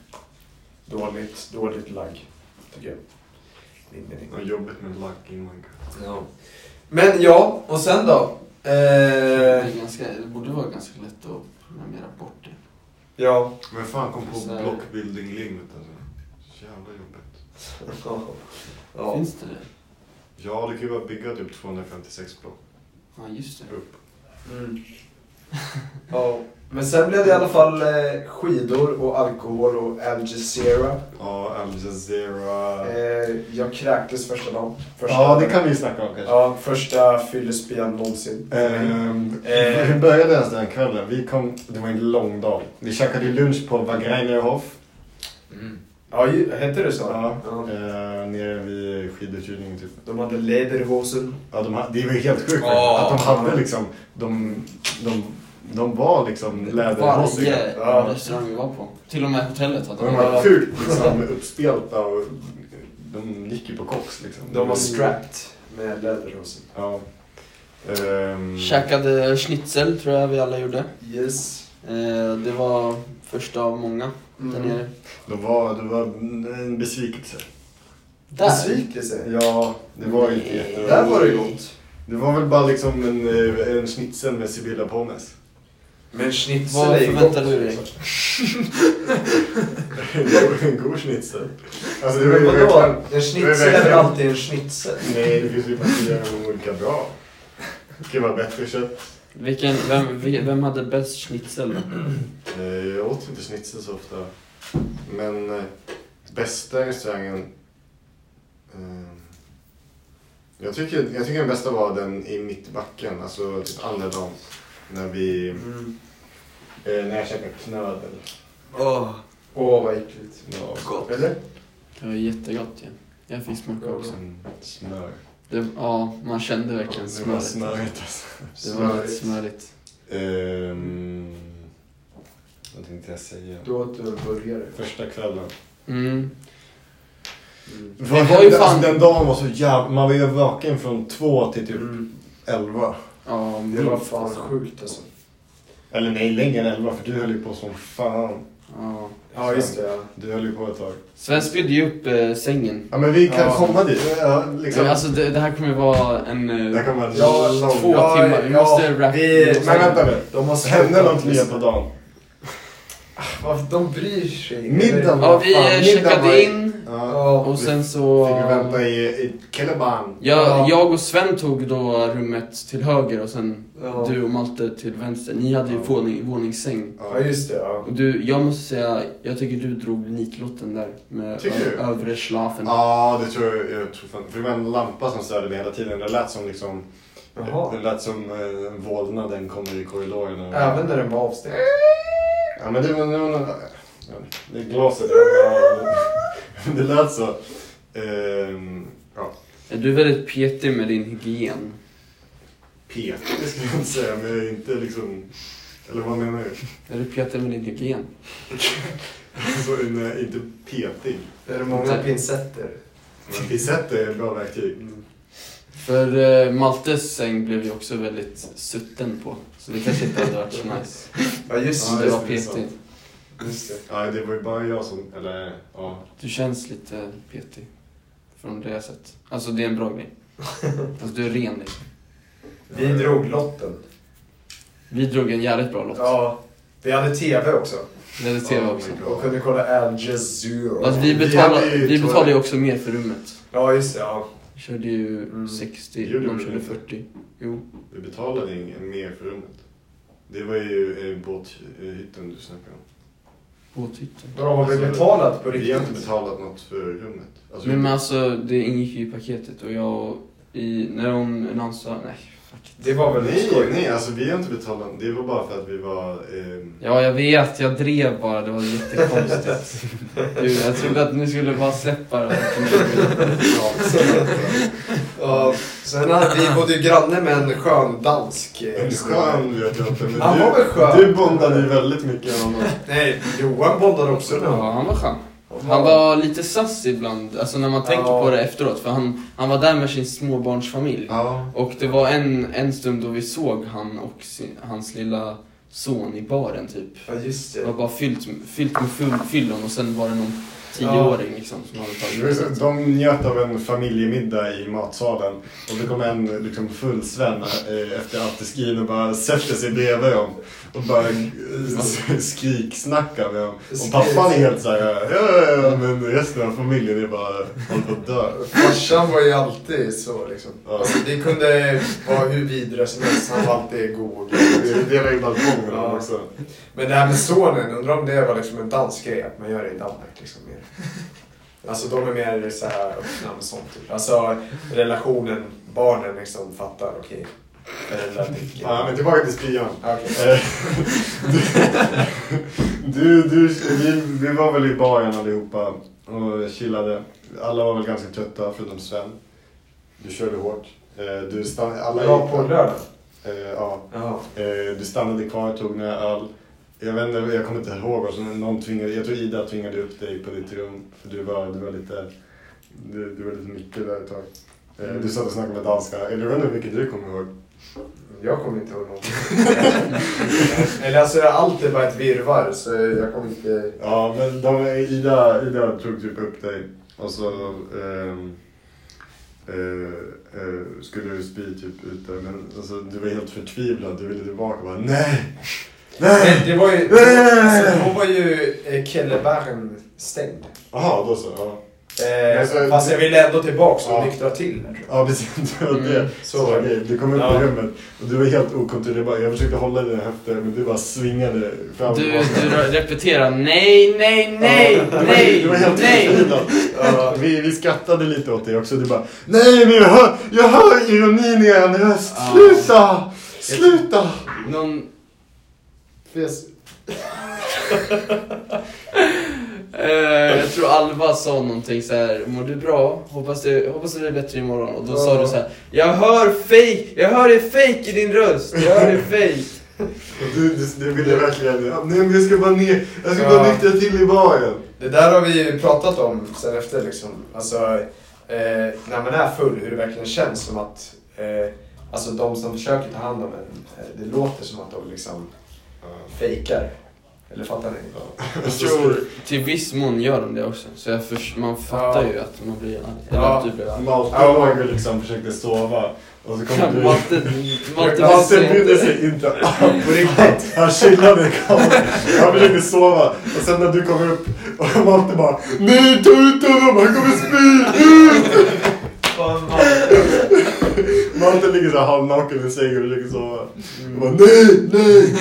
Dåligt lagg, tycker jag. Min mening. Det var jobbigt med lag i Minecraft. Ja. Men ja, och sen då? Det det borde vara ganska lätt att programmera bort det. Ja. Men fan kom på Så här- blockbuilding-limit alltså. Så jävla jobbigt. Ja. Finns det det? Ja, det kan ju bara bygga typ 256 block Ja, just det. upp. Mm. Ja. Men sen blev det i alla fall skidor och alkohol och Al Jazeera. Ja, Al Jazeera. Jag kräktes första dagen. Ja, det kan vi snacka om kanske. Ja, första fyllespyan någonsin. Hur började ens den kvällen? Det var en lång dag. Vi käkade lunch på Wagreinerhof. Ja, hette det så? Ja. Nere vid skiduthyrningen typ. De hade lederhosen. Ja, det var ju helt sjukt att de hade liksom... De var liksom läderhossiga. Varje restaurang vi var på. Till och med hotellet hade de var sjukt liksom uppspelta och de gick ju på koks liksom. De var strapped med läderhosen. Ja. Käkade schnitzel tror jag vi alla gjorde. Yes. Det var första av många där nere. Det var en besvikelse. Besvikelse? Ja, det var ju inte jätte... Där var det gott. Det var väl bara liksom en schnitzel med Sibylla pommes. Men schnitzel vad är förväntar gott. du dig? En god schnitzel. Alltså det Men var vadå? En schnitzel är väl alltid en schnitzel? Nej, det finns ju bara göra olika bra. Det kan vara bättre kött. Vem hade bäst schnitzel då? Jag åt inte schnitzel så ofta. Men bästa restaurangen... Jag tycker den bästa var den i mitt i backen. Alltså typ andra dagen. När vi... när jag käkade knödel. Vad äckligt. Ja, Gott. Eller? Det var jättegott igen. Jag fick smaka också. Smör. Ja, man kände verkligen Det var smöret. smörigt alltså. Det var lite smörigt. Vad tänkte jag säga? Du åt en burgare. Första kvällen. Det var ju fan... Alltså, den dagen var så jävla... Man var ju vaken från 2 till typ 11. Ja, Det var fan sjukt alltså. Eller nej, längre än 11 för du höll ju på som fan. Ja. Ja, just det. Ja. Du höll ju på ett tag. Sven spydde ju upp sängen. Ja, men vi kan komma dit. Ja, liksom. Alltså det här kommer vara en... Det kan vara 2 timmar. Vi måste wrap. Men vänta nu. De har Hände något mer på dagen? De bryr sig. Middagen. Ja, vi checkade in. Ja. Och sen så... Fick vi vänta i Kelleban. Jag och Sven tog då rummet till höger och sen Ja. du och Malte till vänster. Ni hade ju våningssäng. Ja, just det. Ja. Och jag måste säga, jag tycker du drog nitlotten där med övre schlafen. Ja, det tror jag tror fan. För det var en lampa som störde mig hela tiden. Det lät som liksom... Jaha. Det lät som vålnaden kommer i korridoren. Och... Även när den var avstängd. Ja, men det var... Det är glaset. Det lät så. Ja. Du är väldigt petig med din hygien. Petig skulle jag inte säga, men jag är inte liksom... Eller vad menar du? Är du petig med din hygien? Så, nej, inte petig. Det är många pincetter. Men pincett är ett bra verktyg. För Maltes säng blev ju också väldigt sutten på. Så det kanske inte hade varit så nice. Ja, just Det var petig. Just det. Ja, det var ju bara jag som... Eller, ja. Du känns lite petig. Från det jag sett. Alltså det är en bra grej. Alltså du är ren liksom. Vi drog lotten. Vi drog en jävligt bra lott. Ja. Vi hade tv också. Vi hade tv också. Och kunde kolla Al Jazeera. Alltså vi betalade ju också mer för rummet. Ja, just det. Ja. Vi körde ju 60, Gjorde de vi körde det? 40. Jo. Vi betalade ingen mer för rummet. Det var ju båthytten du snackade om. Båthytten. Då har vi betalat på Vi riktigt. har inte betalat något för rummet. Alltså, Men alltså det ingick ju i paketet och när hon annonsade, nej fuck. Det var väl nej, alltså vi har inte betalat. Det var bara för att vi var... Ja, jag vet, jag drev bara, det var jättekonstigt. Jag trodde att ni skulle bara släppa det. Ja, sen hade vi bodde ju granne med en skön dansk. En skön vet jag inte, men Han var väl skön. du bondade ju väldigt mycket av honom. Nej, Johan bondade också med honom. Ja, han var skön. Han var lite sass ibland, alltså när man tänker på det efteråt. För han var där med sin småbarnsfamilj. Ja. Och det var en stund då vi såg han och hans lilla son i baren typ. Ja, just Det var det. bara fyllt med fyllon och sen var det någon 10-åring liksom, som hade tagit. De njöt av en familjemiddag i matsalen. Och det kom en liksom fullsvän efter afterskin och bara sätter sig bredvid dem. Och bara skriksnackar med dem. Och pappan är helt såhär, ja, men resten av familjen är bara håller på att dö. Farsan var ju alltid så liksom. Ja. Alltså, det kunde vara hur vidare som helst. Han var alltid god. Det var ju balkongen Ja. också. Men det här med sonen, undrar om det var liksom en dansk grej att man gör det i Danmark liksom mer. Alltså de är mer så här öppna med sånt typ. Alltså relationen, barnen liksom fattar, okej. Ja, men tillbaka till spyan. Okay. Vi var väl i baren allihopa och chillade. Alla var väl ganska trötta förutom Sven. Du körde hårt. Alla Ja, på lördag. Ja. Jaha. Du stannade kvar, tog några öl. Jag vet inte, jag kommer inte ihåg. Alltså, jag tror Ida tvingade upp dig på ditt rum. För du var lite mycket där ett tag. Du satt och snackade med danska. Eller jag vet inte hur mycket du kommer ihåg. Jag kommer inte ihåg någonting. Eller alltså allt är bara ett virrvarr så jag kommer inte... Ja, men Ida tog typ upp dig. Och så skulle du spy typ ute. Men alltså, du var helt förtvivlad. Du ville tillbaka och bara nej! Men det var ju... Alltså, då var ju Kellebergen stängd. Jaha, då så. Ja. Fast jag ville ändå tillbaka och ja. nyktra till. Ja, precis. Så du kom upp i rummet och du var helt okontrollerbar. Jag försökte hålla dina höfter men du bara svingade fram. Du repeterar nej. Du var helt förtvivlad. Ja, vi skrattade lite åt dig också. Du bara, nej men jag hör ironin i en röst. Sluta! Någon... Fes. Jag tror Alva sa någonting så här: mår du bra? Hoppas det är bättre imorgon. Och då sa du så här: jag hör det fake i din röst. Jag hör det fake. Du ville verkligen, nej men jag ska bara nyktra till i baren. Det där har vi ju pratat om sen efter liksom. Alltså när man är full, hur det verkligen känns som att alltså de som försöker ta hand om en, det låter som att de liksom fejkar. Eller fattar ni? Ja. Jag tror till viss mån gör de det också. Så man fattar ju att man blir Malte var ju liksom försökte sova. Och så kom du... Malte brydde sig inte på riktigt. Han chillade kvar. Han försökte sova. Och sen när du kom upp och Malte bara, nej, ta ut honom, han kommer spy ut! Malte ligger så halvnaken i sängen och försöker sova. Och bara, nej!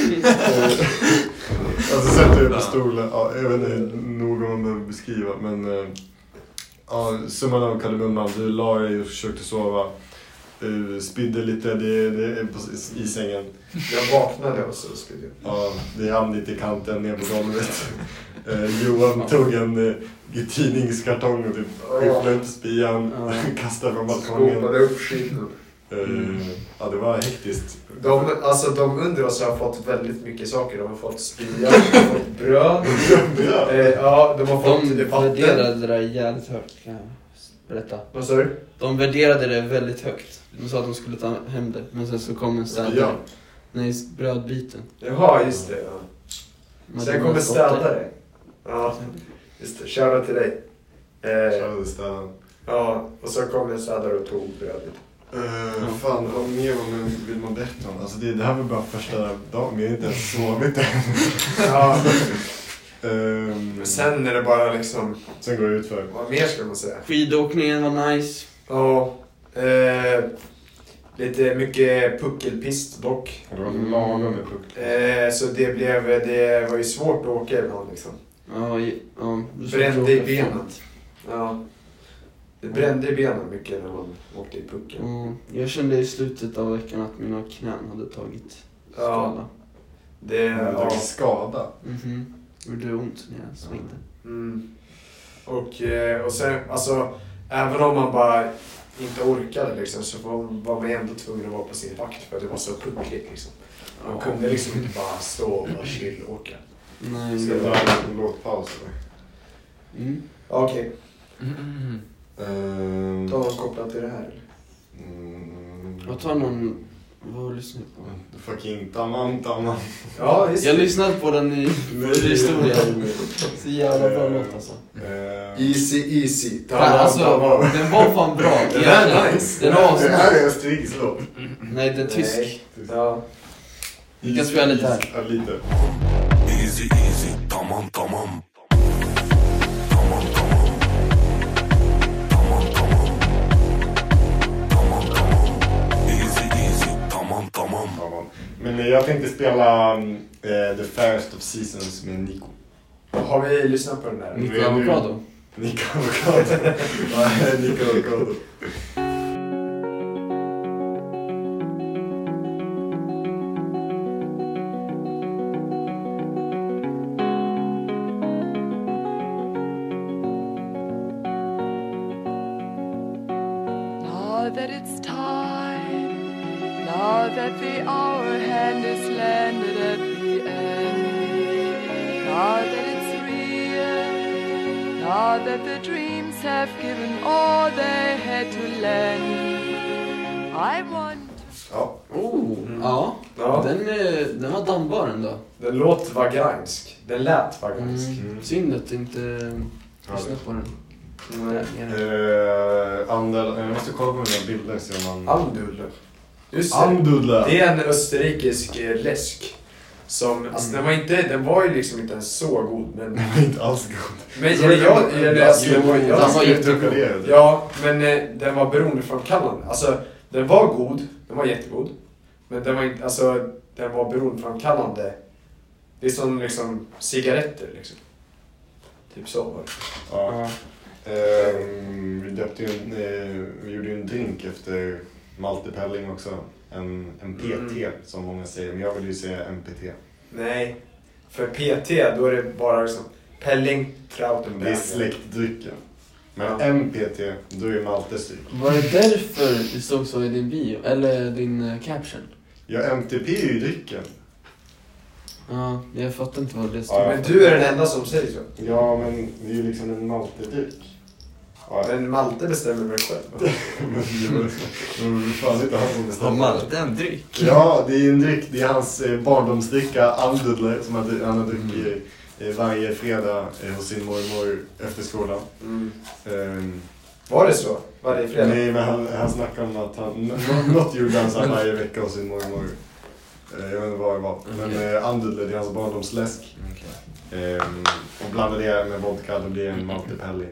Alltså sätter du på stolen. Ja, jag vet inte nog om att beskriva. Men ja, summan av kardemumman. Du la dig och försökte sova. Spydde lite i sängen. Jag vaknade och så spydde jag. Ja, det rann lite i kanten ner på golvet. Johan tog en tidningskartong och typ skyfflade ut spyan. Kastade från balkongen. Skåpade upp skiten. Ja, det var hektiskt. De under oss har fått väldigt mycket saker. De har fått spya, de har fått bröd. Ja, de har fått de vatten. värderade det där jävligt högt. Berätta. Vad sa du? De värderade det väldigt högt. De sa att de skulle ta hem det. Men sen så kom en städare. Ja. Nej, brödbiten. Jaha, just det. Ja. Sen kommer städare. Ja, just det. Shoutout till dig. Städaren. Ja, och så kom en städare och tog brödet. Fan, vad mer vill man berätta om? Alltså det här var bara första dagen, vi har inte ens sovit än. Ja. Sen är det bara liksom... Sen går det ut för. Vad mer ska man säga? Skidåkningen var nice. Ja. Lite mycket puckelpist dock. Det var lagom med puckel. Så det var ju svårt att åka ibland liksom. Ja. Brände i benen. Ja. Det brände i benen mycket när man åkte i pucken. Jag kände i slutet av veckan att mina knän hade tagit skada. Det skada. Det gjorde ont när jag svängde. Och sen, alltså, även om man bara inte orkade liksom, så var man ändå tvungen att vara på sin vakt för att det var så puckligt liksom. Man kunde liksom inte bara stå och chill och åka. Nej. Så det var en låtpaus eller? Okej. Ta något kopplat till det här eller? Jag tar någon Vad lyssnar du på? Fucking tamam. Ja, just Jag det. lyssnade på den i historien. Så jävla bra låt alltså. Easy. Alltså, den var fan bra. Den är nice. Den var Det här är en Österrikes-låt. Nej, den är tysk. Ja. Vi kan spela lite här. Ja, lite. Easy, tamam. Tamam. Easy, tamam. Men jag tänkte spela The Fairest of Seasons med Nico. Har vi lyssnat på den där? Nico Avocado. Nico Avocado. Nico Avocado. Now that it's time, now that the hour hand is landed at the end, now that it's real, now that the dreams have given all they had to lend, I want Ja. Ja, Ja. den var dammbar ändå. Den låt vagransk. Den lät vagransk. Synd att du inte lyssnade på den. Jag måste kolla på mina bilder så man... Andudler. Just det. Andudler. Det är en österrikisk läsk. Som, alltså, den var ju liksom inte ens så god. Men, Den var inte alls god. men Tror du jag den var jättegod. jättegod. Ja, men den var beroendeframkallande. Alltså, den var god. Den var jättegod. Men den var inte, alltså, den var beroendeframkallande. Det är som liksom cigaretter liksom. Typ så var det. Ja. Vi döpte ju vi gjorde ju en drink efter Malte Pelling också. En PT som många säger, men jag vill ju säga MPT. Nej, för PT då är det bara liksom Pelling, Trautenberg. Det är släktdrycken. Men Ja. MPT, då är Maltes dryck. Var det därför det stod så i din bio? Eller din caption? Ja, MTP är ju drycken. Ja, jag fattar inte vad det stod. Ja. Men du är den enda som säger så. Ja, men det är ju liksom en Malte-dryck. Ja, Men Malte bestämmer väl själv. men fan inte han som Har bestämmer. Malte en dryck? Ja, det är en dryck. Det är hans barndomsdricka, Andudler, som han har druckit varje fredag hos sin mormor efter skolan. Var det så? Varje fredag? Nej, men han snackade om att något gjorde han så här varje vecka hos sin mormor. Jag vet inte vad det var. Men Andudler, det är hans barndomsläsk. Och blandade det med vodka, då blir det en Malte Pelling.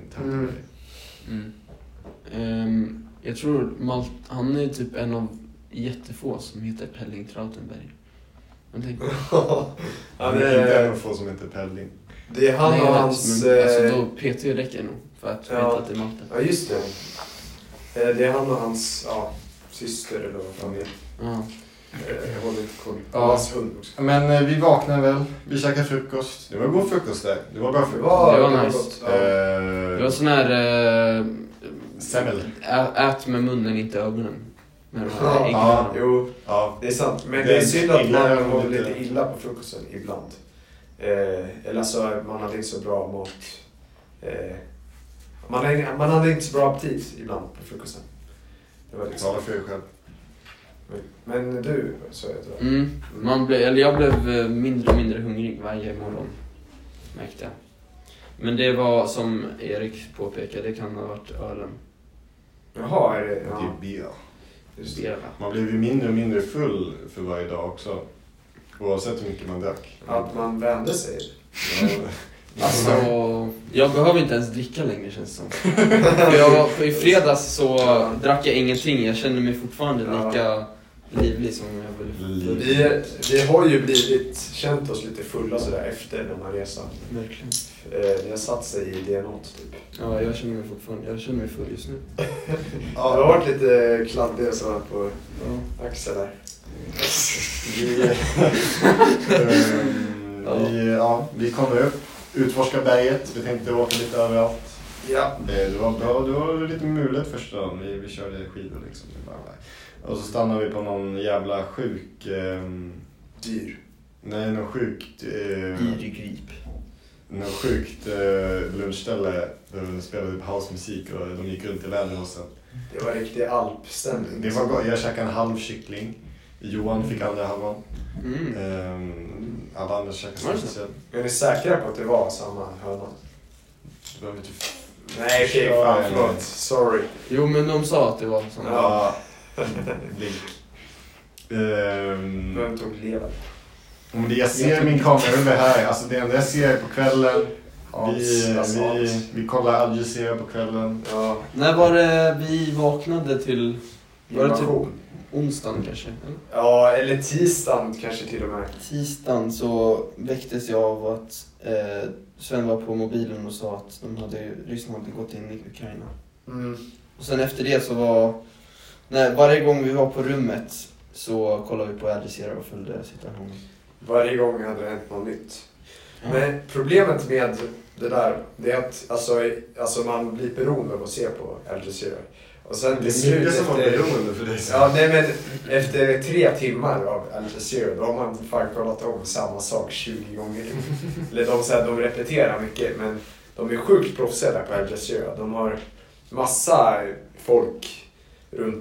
Jag tror han är typ en av jättefå som heter Pelling Trautenberg. Jag tänker, Han är inte en av få som heter Pelling. Det är han nej, och jag vet, hans... men, alltså, då PT räcker nog för att Ja. veta att det är Malte. Ja, just det. Det är han och hans syster eller vad fan det är. Ja. Jag håller inte koll. Ja. Hans hund också. Men vi vaknade väl, vi käkade frukost. Det var god frukost där. Det var bra Det frukost. var nice. gott. Ja. Det var sån här... Semmel. Ät med munnen, inte ögonen. Med de Ja, här äggen. Jo, Ja. det är sant. Men Det det är är synd att illa man mår lite. lite illa på frukosten ibland. Eller så man hade inte så bra mat. Man hade inte så bra aptit ibland på frukosten. Det var liksom. Tala för dig själv. Men du, så jag tror. Jag blev mindre och mindre hungrig varje morgon, märkte jag. Men det var som Erik påpekade, det kan ha varit ölen. Jaha, är det? Det Ja. är bier. Just det. Bera. Man blev ju mindre och mindre full för varje dag också. Oavsett hur mycket man drack. Att man vände sig. Ja. Alltså, jag behöver inte ens dricka längre, känns det som. För i fredags så drack jag ingenting. Jag känner mig fortfarande lika livlig som jag ville. Vi har ju känt oss lite fulla sådär efter den här resan. Verkligen. Det har satt sig i DNA typ. Ja, jag känner mig full just nu. Det har varit lite kladdiga så här på Axel där. Vi kommer upp, utforskar berget. Vi tänkte åka lite överallt. Ja. Det var bra, det var lite mulet första dagen. Vi körde skidor liksom. Och så stannade vi på någon jävla sjuk... Dyr. Nej, någon sjukt... Dyrgrip. Någon sjukt lunchställe där de spelade på housemusik och de gick runt i läderhosen. Det var riktig alpstämning. Det var gott. Jag käkade en halv kyckling. Johan fick andra halvan. Alla andra käkade speciellt. Är ni säkra på att det var samma höna? Du behöver inte... Nej, okej, fan, förlåt. Sorry. Jo, men de sa att det var samma. Ja. Link. Vem tog lever? Om det jag ser min kamera här, alltså det enda jag ser på kvällen. Vi kollar Al Jazeera på kvällen. Ja. När var det vi vaknade till? Var det typ Invasion. onsdagen kanske? Eller? Ja, eller tisdagen kanske till och med. Tisdagen så väcktes jag av att Sven var på mobilen och sa att Ryssland hade gått in i Ukraina. Och sen efter det så varje gång vi var på rummet så kollade vi på Al Jazeera och följde situationen. Varje gång hade det hänt något nytt. Men problemet med det där, det är att alltså man blir beroende av att se på Al Jazeera. Och sen det är mycket som var beroende för dig. Ja, nej, men efter 3 timmar av Al Jazeera då har man fan kollat om samma sak 20 gånger. Eller de repeterar mycket, men de är sjukt proffsiga på Al Jazeera. De har massa folk runt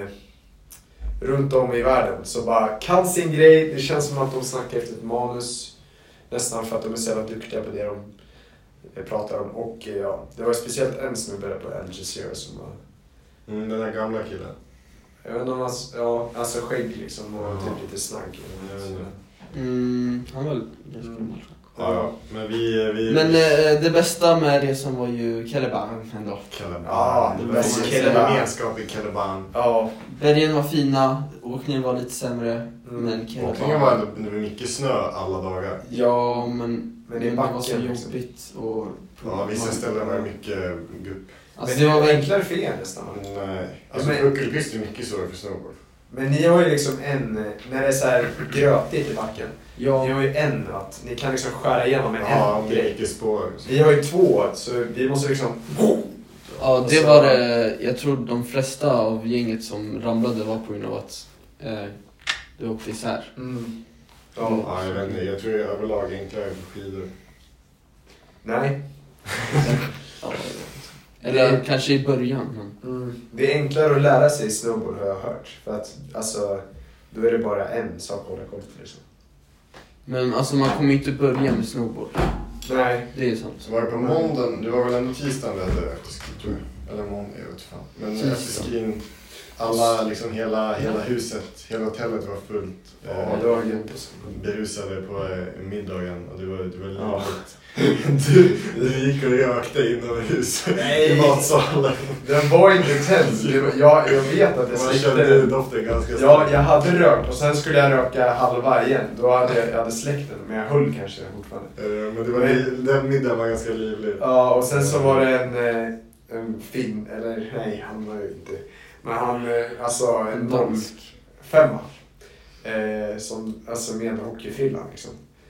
om i världen så bara kan sin grej. Det känns som att de snackar efter ett manus. Nästan för att de är så jävla duktiga på det de pratar om. Och ja, det var speciellt en snubbe på Al Jazeera som var... Den där gamla killen. Jag vet inte om alltså skägg liksom och typ lite snagg. Han var ganska gammal. Ja, men vi... Men det bästa med resan var ju Keleban ändå. Ja, det var gemenskap i Keleban. Ja. Bergen var fina, åkningen var lite sämre. Men åkningen var mycket snö alla dagar. Ja, men det var så jobbigt. Och vissa ställen var mycket gupp. Alltså, men det var enklare för er nästan. Nej, alltså puckelpist är mycket svårare för snowboard. Men ni har ju liksom när det är så här grötigt i backen. Ja. Ni har ju att ni kan liksom skära igenom en grej. Spår. Vi har ju 2, så vi måste liksom... Ja, det var det. Jag tror de flesta av gänget som ramlade var på grund av att det åkte isär. Ja, jag vet inte. Jag tror det är överlag enklare för skidor. Nej. Eller kanske i början. Men... Det är enklare att lära sig snowboard har jag hört. För att alltså, då är det bara en sak att hålla koll på liksom. Men alltså man kommer inte börja med snowboard. Nej. Det är sant. Så var det på måndagen, det var väl ändå tisdagen vi hade efterskrin tror jag. Eller måndag, jag vet fan. Men efterskrin, alla liksom hela huset, hela hotellet var fullt. Ja, det var jätteskt. Berusade på middagen och det var livligt. Du gick och rökte inomhus i matsalen. Den var inte tens. Jag vet att det släckte doften ganska starkt. Ja, jag hade rökt och sen skulle jag röka halva igen. Då hade jag släckt den, men jag höll kanske fortfarande. Men det var den middagen var ganska livlig. Ja, och sen så var det en fin, eller nej, han var ju inte. Men han, alltså en dansk 5 som, alltså med en hockeyfrillan liksom.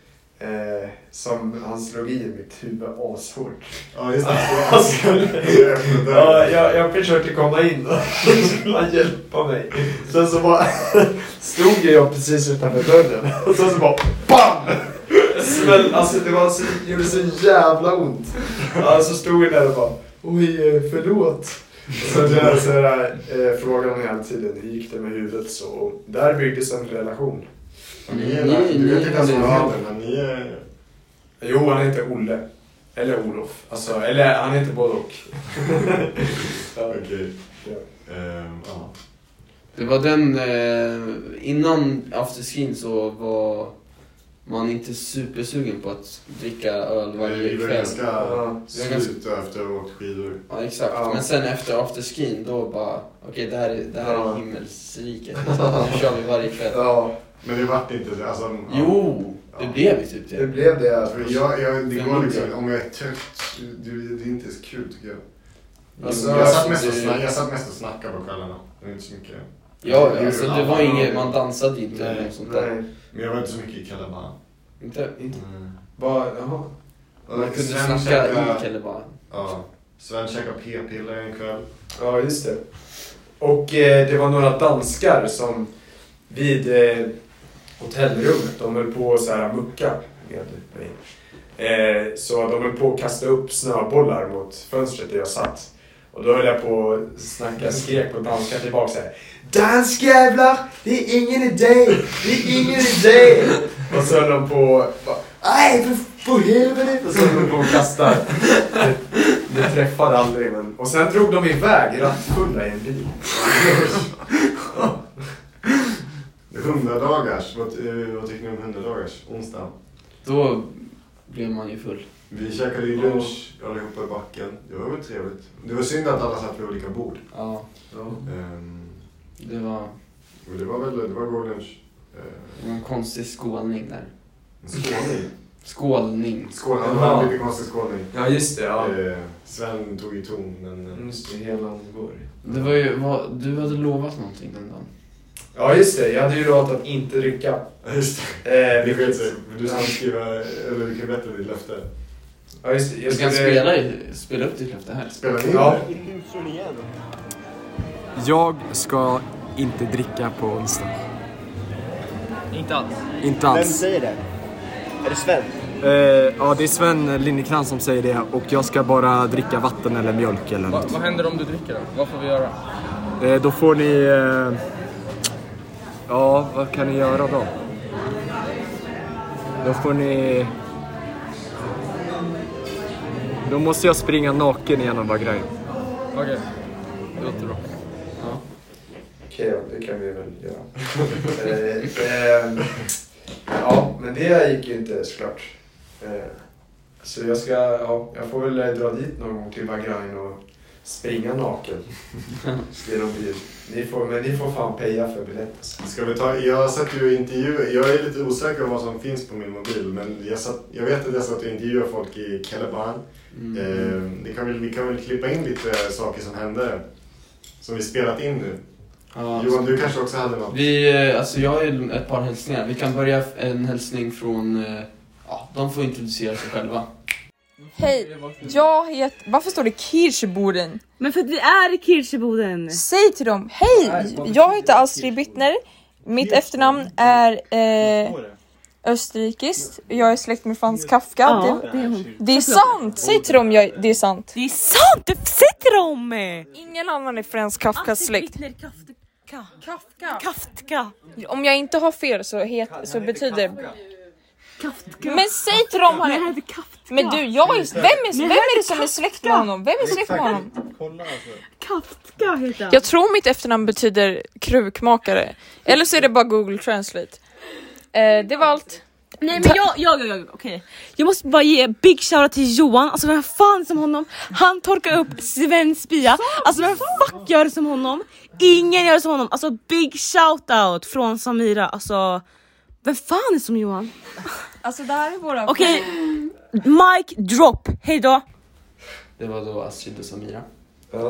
Som han slog i mitt huvud ashårt. Ja, just det. Ja, jag försökte komma in och så skulle han hjälpa mig. Sen så bara stod jag precis utanför dörren och sen så bara BAM! Smäll, alltså det gjorde så jävla ont. Så stod jag där och bara oj, förlåt. Så det så här, frågan hela tiden, hur gick det med huvudet så? Och där byggdes en relation. Du vet inte vad som heter, men ni är... Jo, han heter Olle. Eller Olof. Alltså, eller han heter både och. Okej. Ja. Det var den... innan afterskin så var man inte supersugen på att dricka öl varje kväll. Det var ganska slut efter att ha åkt skidor. Ja, exakt. Ja. Men sen efter afterskin då bara... Okej, det här är himmelsriket. Nu kör vi varje kväll. Ja. Men det vart inte det. Alltså, jo, det blev ju typ det. Det blev det. Det går liksom, om jag är trött, det är inte så kul tycker jag. Alltså, jag satt mest och snackade på kvällarna. Det var inte så mycket. Ja, alltså det var inget, man dansade inte eller något sånt där. Men jag var inte så mycket i Keleban. Inte? Bara, jaha. Man kunde snacka i Keleban. Ja. Sven käkade p-piller en kväll. Ja, just det. Och det var några danskar som vid hotellrummet, de höll på så här mucka med mig. Så de höll på att kasta upp snöbollar mot fönstret där jag satt. Och då höll jag på att snacka, skrek på danska tillbaka så här: danskjävlar, Det är ingen idé! Det är ingen idé! Och så höll de på... Nej, för helvete! Och så höll de på och kastade. Det träffade aldrig, men... Och sen drog de iväg rattfulla i en bil. 100 dagars. Vad tycker ni om 100 dagars? Onsdag. Då blev man ju full. Vi käkade ju lunch allihopa i backen. Det var väl trevligt. Det var synd att alla satt vid olika bord. Ja. Det var god lunch. Det var en konstig skålning där. Skålning? Skålning. Det var en lite konstig skålning. Ja, just det. Ja. Sven tog i ton, men... Just det, hela går. Det var ju... Du hade lovat någonting den dagen. Ja, just det. Jag hade ju lovat att inte dricka. Just det. Det vet sig. Du ska skriva... Eller du kan berätta ditt löfte. Ja, just det. Du kan spela upp ditt löfte här. Spela in ja. Jag ska inte dricka på onsdag. Inte alls? Inte alls. Vem säger det? Är det Sven? Ja, det är Sven Linnekrans som säger det. Och jag ska bara dricka vatten eller mjölk eller något. Vad händer om du dricker då? Vad får vi göra? Då får ni... Ja, vad kan ni göra då? Då får ni... Då måste jag springa naken igenom bara grejer. Okej, det låter bra. Ja. Okej, det kan vi väl göra. Ja, men det gick ju inte såklart. Så jag får väl dra dit någon gång till Vagrein och springa naken. Ni får fan peja för biljett. Ska vi ta... Jag har sett ju intervjuer. Jag är lite osäker om vad som finns på min mobil. Men jag vet att jag satt och intervjuar folk i Kellebaran. Vi kan väl klippa in lite saker som hände. Som vi spelat in nu. Ja, Johan, du kanske också hade något? Jag har ju ett par hälsningar. Vi kan börja en hälsning från... de får introducera sig själva. Hej, jag heter... Varför står det Kircheboden? Men för att vi är i Kircheboden. Säg till dem, hej, jag heter Astrid Bittner. Mitt efternamn är österrikiskt. Jag är släkt med Franz Kafka. Ja, det är sant, säg till dem det är sant. Det är sant, säg till dem! Ingen annan är Franz Kafkas släkt. Kafka. Om jag inte har fel så betyder... Kafka. Men säg till dem han är... Men du, vem är det som är släkt med honom? Vem är släkt med honom? Kafka heter han. Jag tror mitt efternamn betyder krukmakare. Eller så är det bara Google Translate. Det var allt. Nej, men jag okej. Jag måste bara ge big shoutout till Johan. Alltså vem fan som honom? Han torkar upp Svens spya. Alltså vem fuck gör det som honom? Ingen gör det som honom. Alltså big shoutout från Samira. Alltså vem fan är som Johan? Alltså det här är våra... Okej, mic drop. Hej då. Det var då Astrid och Samira. Ja.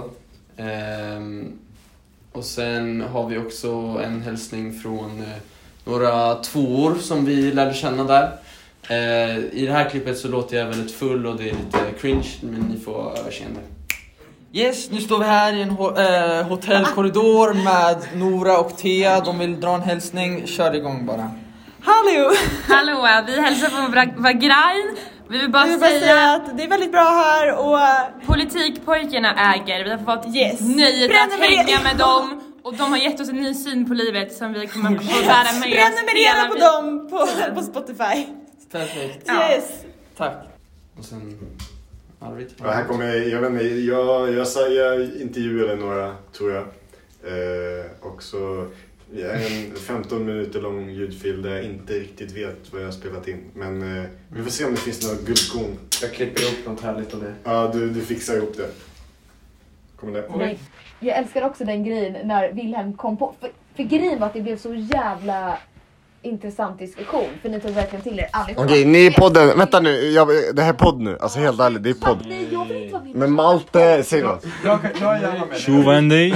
Och sen har vi också en hälsning från några tvåor som vi lärde känna där. I det här klippet så låter jag väldigt full och det är lite cringe, men ni får överseende. Yes, nu står vi här i en hotellkorridor med Nora och Thea. De vill dra en hälsning. Kör igång bara. Hallå, vi hälsar från Vagrein. Vi vill bara säga att det är väldigt bra här och politikpojkarna äger. Vi har fått nöjet att hänga med dem och de har gett oss en ny syn på livet som vi kommer att få bära med oss. Prenumerera på dem på Spotify. Perfekt. Yes. Tack. Och sen Arvid. Ja, här kommer jag intervjuade några, tror jag. Och så en 15 minuter lång ljudfil där jag inte riktigt vet vad jag har spelat in. Men vi får se om det finns några guldkorn. Jag klipper ihop något härligt av det. Ja, du fixar ihop det. Kommer det? Nej. Jag älskar också den grejen när Wilhelm kom på. För grejen var att det blev så jävla intressant diskussion. För ni tog verkligen till er allihopa. Okej, ni är podden. Vänta nu, det här är podd nu. Alltså helt ärligt, det är podd. Nej, jag vill inte vara med. Men Malte, säg något. Jag är gärna med. Tjovendi.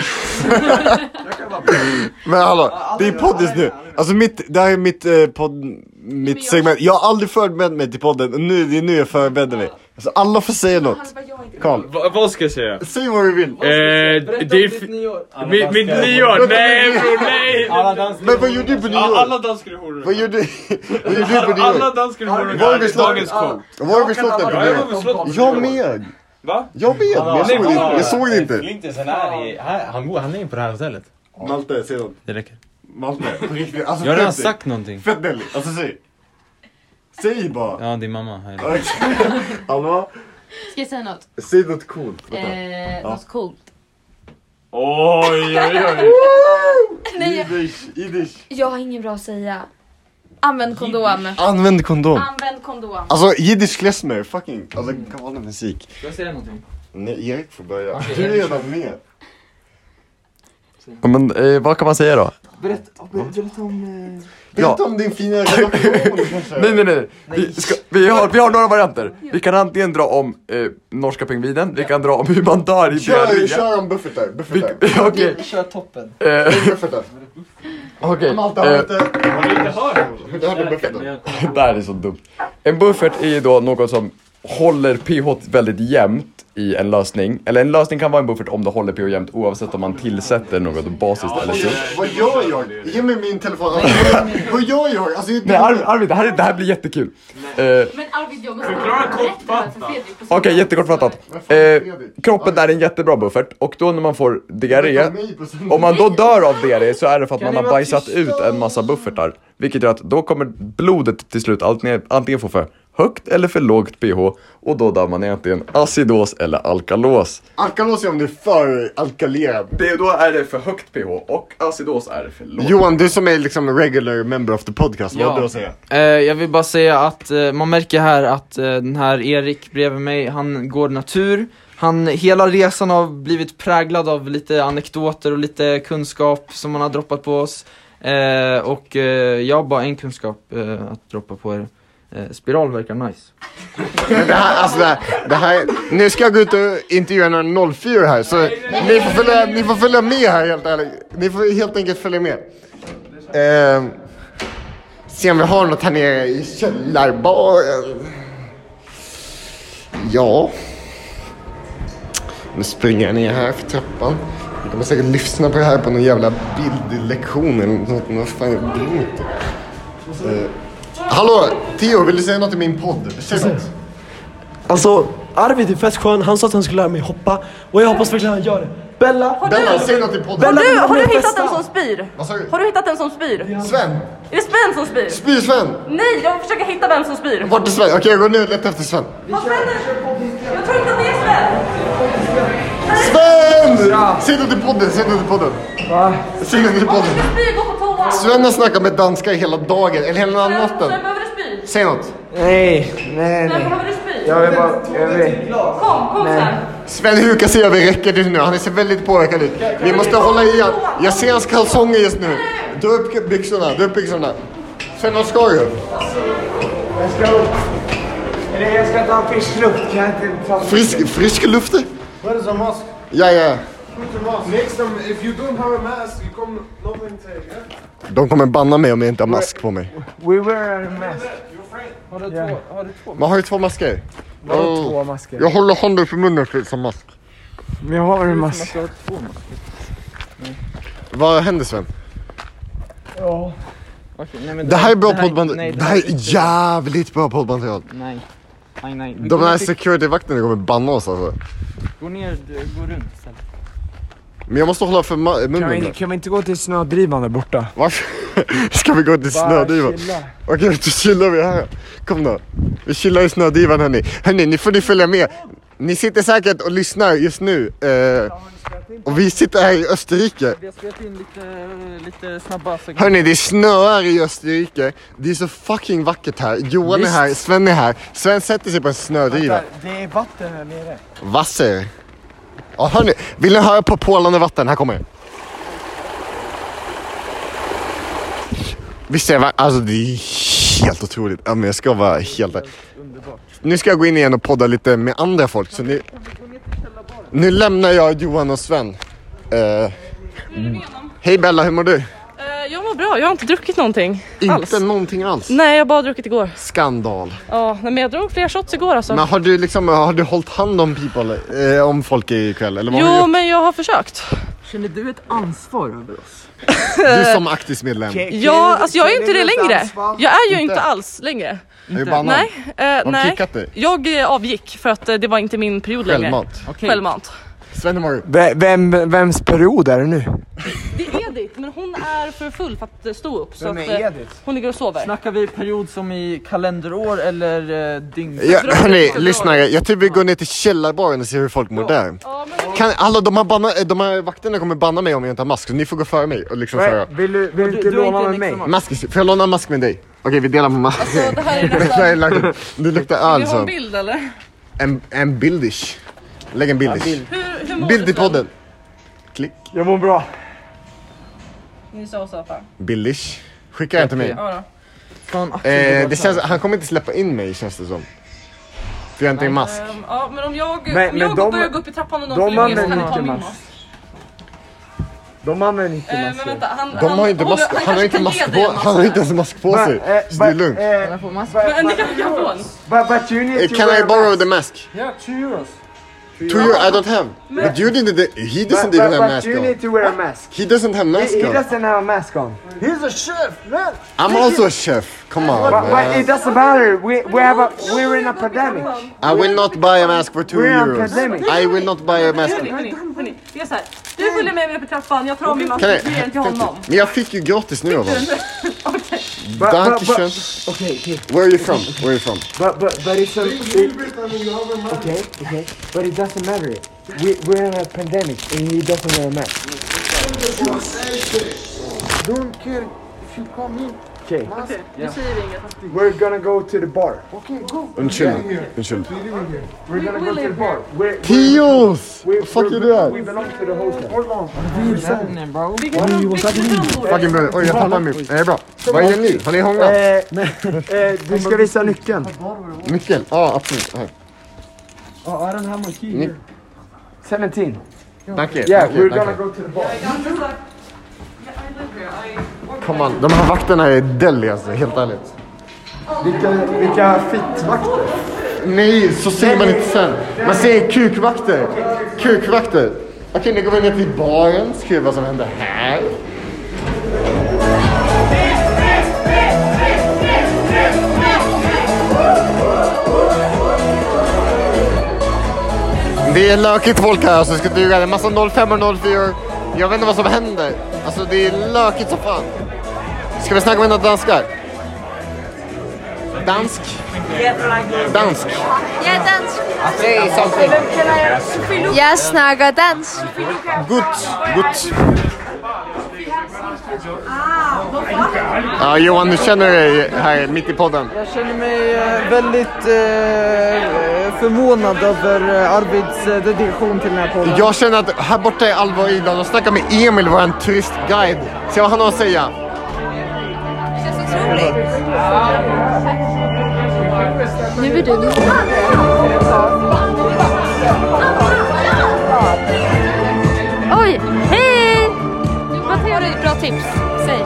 Men hallå, det är podd just nu. Alltså det här är mitt segment. Jag har aldrig förberett mig till podden. Och det är nu jag förbereder mig. Alltså alla får säga något. Carl. Vad ska jag säga? Säg vad du vill. Det är mitt nyår. Nej bro, nej. Men vad gjorde du på nyår? Alla danskar i horor. Vad gjorde du på nyår? Alla danskar i horor. Var vi slottet på nyår? Jag med. Va? Jag med. Jag såg det inte. Flinten är han är på det här hotellet. Malte, säg något. Det räcker. Malte, på riktigt. Alltså, jag har redan sagt någonting. Fett Nelly, alltså säg. Säg bara. Ja, din mamma. Hallå? Ska jag säga något? Säg något coolt. Något coolt. Oj. Nej, Idish. jag har ingen bra att säga. Använd kondom. Använd kondom. Använd kondom. Alltså jiddisch klezmer, fucking. Alltså galna musik. Ska jag säga någonting? Nej, Erik får börja. Okay. Du är redan med. Men vad kan man säga då? Berätta om... Berätta om din fina relation kanske. Nej. Vi har några varianter. Vi kan antingen dra om norska pingvinen. Vi kan dra om hur man dör i diarré. Kör om buffertar. Okej. Kör toppen. Buffertar. Okej. Det här är så dumt. En buffert är ju då något som håller pH väldigt jämnt i en lösning. Eller en lösning kan vara en buffert om det håller pH jämnt oavsett om man tillsätter något basiskt eller så. Vad gör jag? Ge mig min telefon. Vad gör jag? Alltså, nej, Arvid, det här blir jättekul. Men Arvid, jag måste berätta för Fredrik. Okej, jättekortfattat. Kroppen är en jättebra buffert. Och då när man får diarré, om man då dör av diarré så är det för att man har bajsat ut en massa buffertar. Vilket gör att då kommer blodet till slut antingen få för högt eller för lågt pH. Och då dör man egentligen acidos eller alkalos. Alkalos är om det är för alkalerad. Då är det för högt pH och acidos är det för lågt. Johan, du som är liksom regular member of the podcast, vad har du att säga? Jag vill bara säga att man märker här att den här Erik bredvid mig, han går natur. Hela resan har blivit präglad av lite anekdoter och lite kunskap som man har droppat på oss. Och jag har bara en kunskap att droppa på er. Spiral verkar nice. Men det här, nu ska jag gå ut och intervjua någon 04 här. Så ni får följa med här helt ärligt. Ni får helt enkelt följa med. Se om vi har något här nere i källarbaren. Ja. Nu springer jag ner här för trappan. Jag kommer säkert lyssna på det här på någon jävla bildlektion eller något. Vad fan är det? Hallå, Theo, vill du säga något i min podd? Alltså, Arvid är fett skön. Han sa att han skulle lära mig hoppa. Och jag hoppas verkligen han gör det. Bella, säg något i podden. Har du hittat en som spyr? Vad sa du? Har du hittat en som spyr? Sven. Är det Sven som spyr? Spyr Sven? Nej, jag försöker hitta vem som spyr. Vart är Sven? Okej, jag går ner och letar efter Sven. Jag tror inte att det är Sven. Sven! Säg något i podden, Va? Säg något i podden. Gå på toa. Sven har snackat med danskar hela dagen, eller hela natten. Sven, behöver du spy? Säg något. Nej. Sven, behöver du spy? Jag vill Kom Sven. Sven hukar sig över räcket nu. Han ser väldigt påverkad ut. Vi måste hålla i han. Jag ser hans kalsonger just nu. Dra upp byxorna. Sven, vad ska du? Jag ska ta frisk luft. Kan jag inte ta frisk luft? What is a mask? Ja. Next time, if you don't have a mask, you come nothing take. De kommer banna mig om jag inte har mask på mig. We wear a mask. Har du två? Man har ju 2 masker. Vadå 2 masker? Jag håller handen för munnen som mask. Men jag har en mask. Vad händer, Sven? Ja. Okay, nej, men det här är bra poddmaterial. Det här är jävligt bra poddmaterial. Nej. De här security-vakterna kommer banna oss alltså. Gå ner, gå runt istället. Men jag måste hålla för munnen. Kan vi inte gå till snödrivan där borta? Varför? Ska vi gå till snödrivan? Okej, då chillar vi här. Kom då. Vi chillar i snödrivan, hörni. Ni får följa med. Ni sitter säkert och lyssnar just nu. Och vi sitter här i Österrike. Vi har spelat in lite snabba segment. Hörni, det snöar i Österrike. Det är så fucking vackert här. Johan är här, Sven är här. Sven sätter sig på en snödriva. Det är vatten här nere. Vasser. Ja, hörni, vill ni höra på pålande vatten? Här kommer det. Visst är det, alltså det är helt otroligt. Ja, men jag ska vara helt där. Nu ska jag gå in igen och podda lite med andra folk. Så nu lämnar jag Johan och Sven. Hej Bella, hur mår du? Jag mår bra, jag har inte druckit någonting alls. Inte någonting alls? Nej, jag har bara druckit igår. Skandal. Ja, men jag drog flera shots igår alltså. Men har du hållit hand om people, om folk ikväll? Eller vad jo, men jag har försökt. Känner du ett ansvar över oss? Du som aktivt medlem. Ja, alltså jag är inte det längre. Jag är ju inte alls längre. Är du bannad? Nej, nej. Jag avgick för att det var inte min period längre. Självmant. Okay. Självmant. Svennemar. Vems period är det nu? Det är Edith, men hon är för full för att stå upp. Så Vem är att, Edith? hon ligger och sover. Snackar vi period som i kalenderår eller dygn? Ja, hörni, lyssnare. Jag tycker vi går ner till källarbaren och ser hur folk mår där. Alla de här vakterna kommer banna mig om jag inte har mask. Så ni får gå före mig och liksom föra. Vill du inte låna med mig? Mask, får jag låna en mask med dig? Okej, vi delar på mask. Alltså, det här är nästan... Det luktar öl. Vill du ha en bild eller? En bildish. Lägg en bildish. Hur Bild i podden. Klick. Jag mår bra. Ni sa så här. Bildish. Skicka den till mig. Ja då. Det känns, han kommer inte släppa in mig, känns det som. För jag har inte en mask. Ja, men om jag börjar gå upp i trappan och någon de följer med så kan jag ta min mask. De använder inte mask. Men vänta, De har inte mask. Han har inte mask på. Han har inte ens mask på sig. Så det är lugnt. Men ni kan få en. But you need to Can I borrow the mask? Yeah, 2 euros. 2 euros I don't have. But you didn't. He doesn't even have a mask on. You need to wear a mask. He doesn't have mask on. He doesn't have a mask on. He's a chef, man. I'm also a chef. Come on, But man. it doesn't matter. We're in a pandemic. I will not buy a mask for 2 euros. I will not buy a mask. Hörni, det är så här. Du följer med mig upp i trappan, jag tar min mask och ger den till honom. Men jag fick ju gratis nu av honom. Okej. Dankeschön. Okay. Where are you from? Where are you from? But it's okay. But it doesn't matter. We're in a pandemic and he doesn't wear a mask. Don't care if you come in. Okay. Du säger inget. We're gonna go to the bar. Okay, go. Undskyld. We're gonna go to the bar. Tios! What the fuck you doing? We belong to the hotel. Hold on. Fucking brother. Oj, jag tappar mig. Det är bra. Vad gör ni? Har ni hånglat? Du ska visa nyckeln. Nyckeln? Ja, absolut. Här. I don't have my key here. 17. Tack. Yeah, we're gonna go to the bar. Kom on, de här vakterna är deli alltså, helt ärligt. Vilka fittvakter? Nej, så säger man inte sen. Man säger kukvakter. Kukvakter. Okej, nu går vi ner till baren. Skriv vad som händer här. Det är lökigt folk här så ska duga. Det är en massa 05 och 04. Jag vet inte vad som händer. Alltså det är lökigt som fan. Ska vi snacka med några danskar? Dansk? Dansk? Ja, dansk. Säg something. Jag snackar dansk. Gott. Ja, Johan, du känner dig här mitt i podden. Jag känner mig väldigt förvånad över Arvids dedikation till den här podden. Jag känner att här borta är Alva och Ida. De snackar med Emil, vår turistguide. Se vad han har att säga. Det känns otroligt. Nu är du. Oj, hej! Vad har du bra tips? Säg.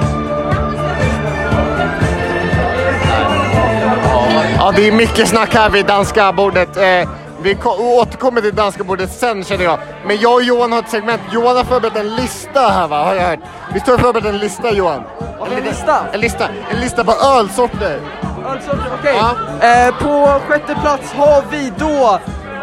Ja, det är mycket snack här vid danska bordet. Vi återkommer till danska bordet sen, känner jag. Men jag och Johan har ett segment. Johan har förberett en lista här, va? Har jag hört. Vi står förberett en lista, Johan. En lista på ölsorter. Ölsorter, okej. Ja. På sjätte plats har vi då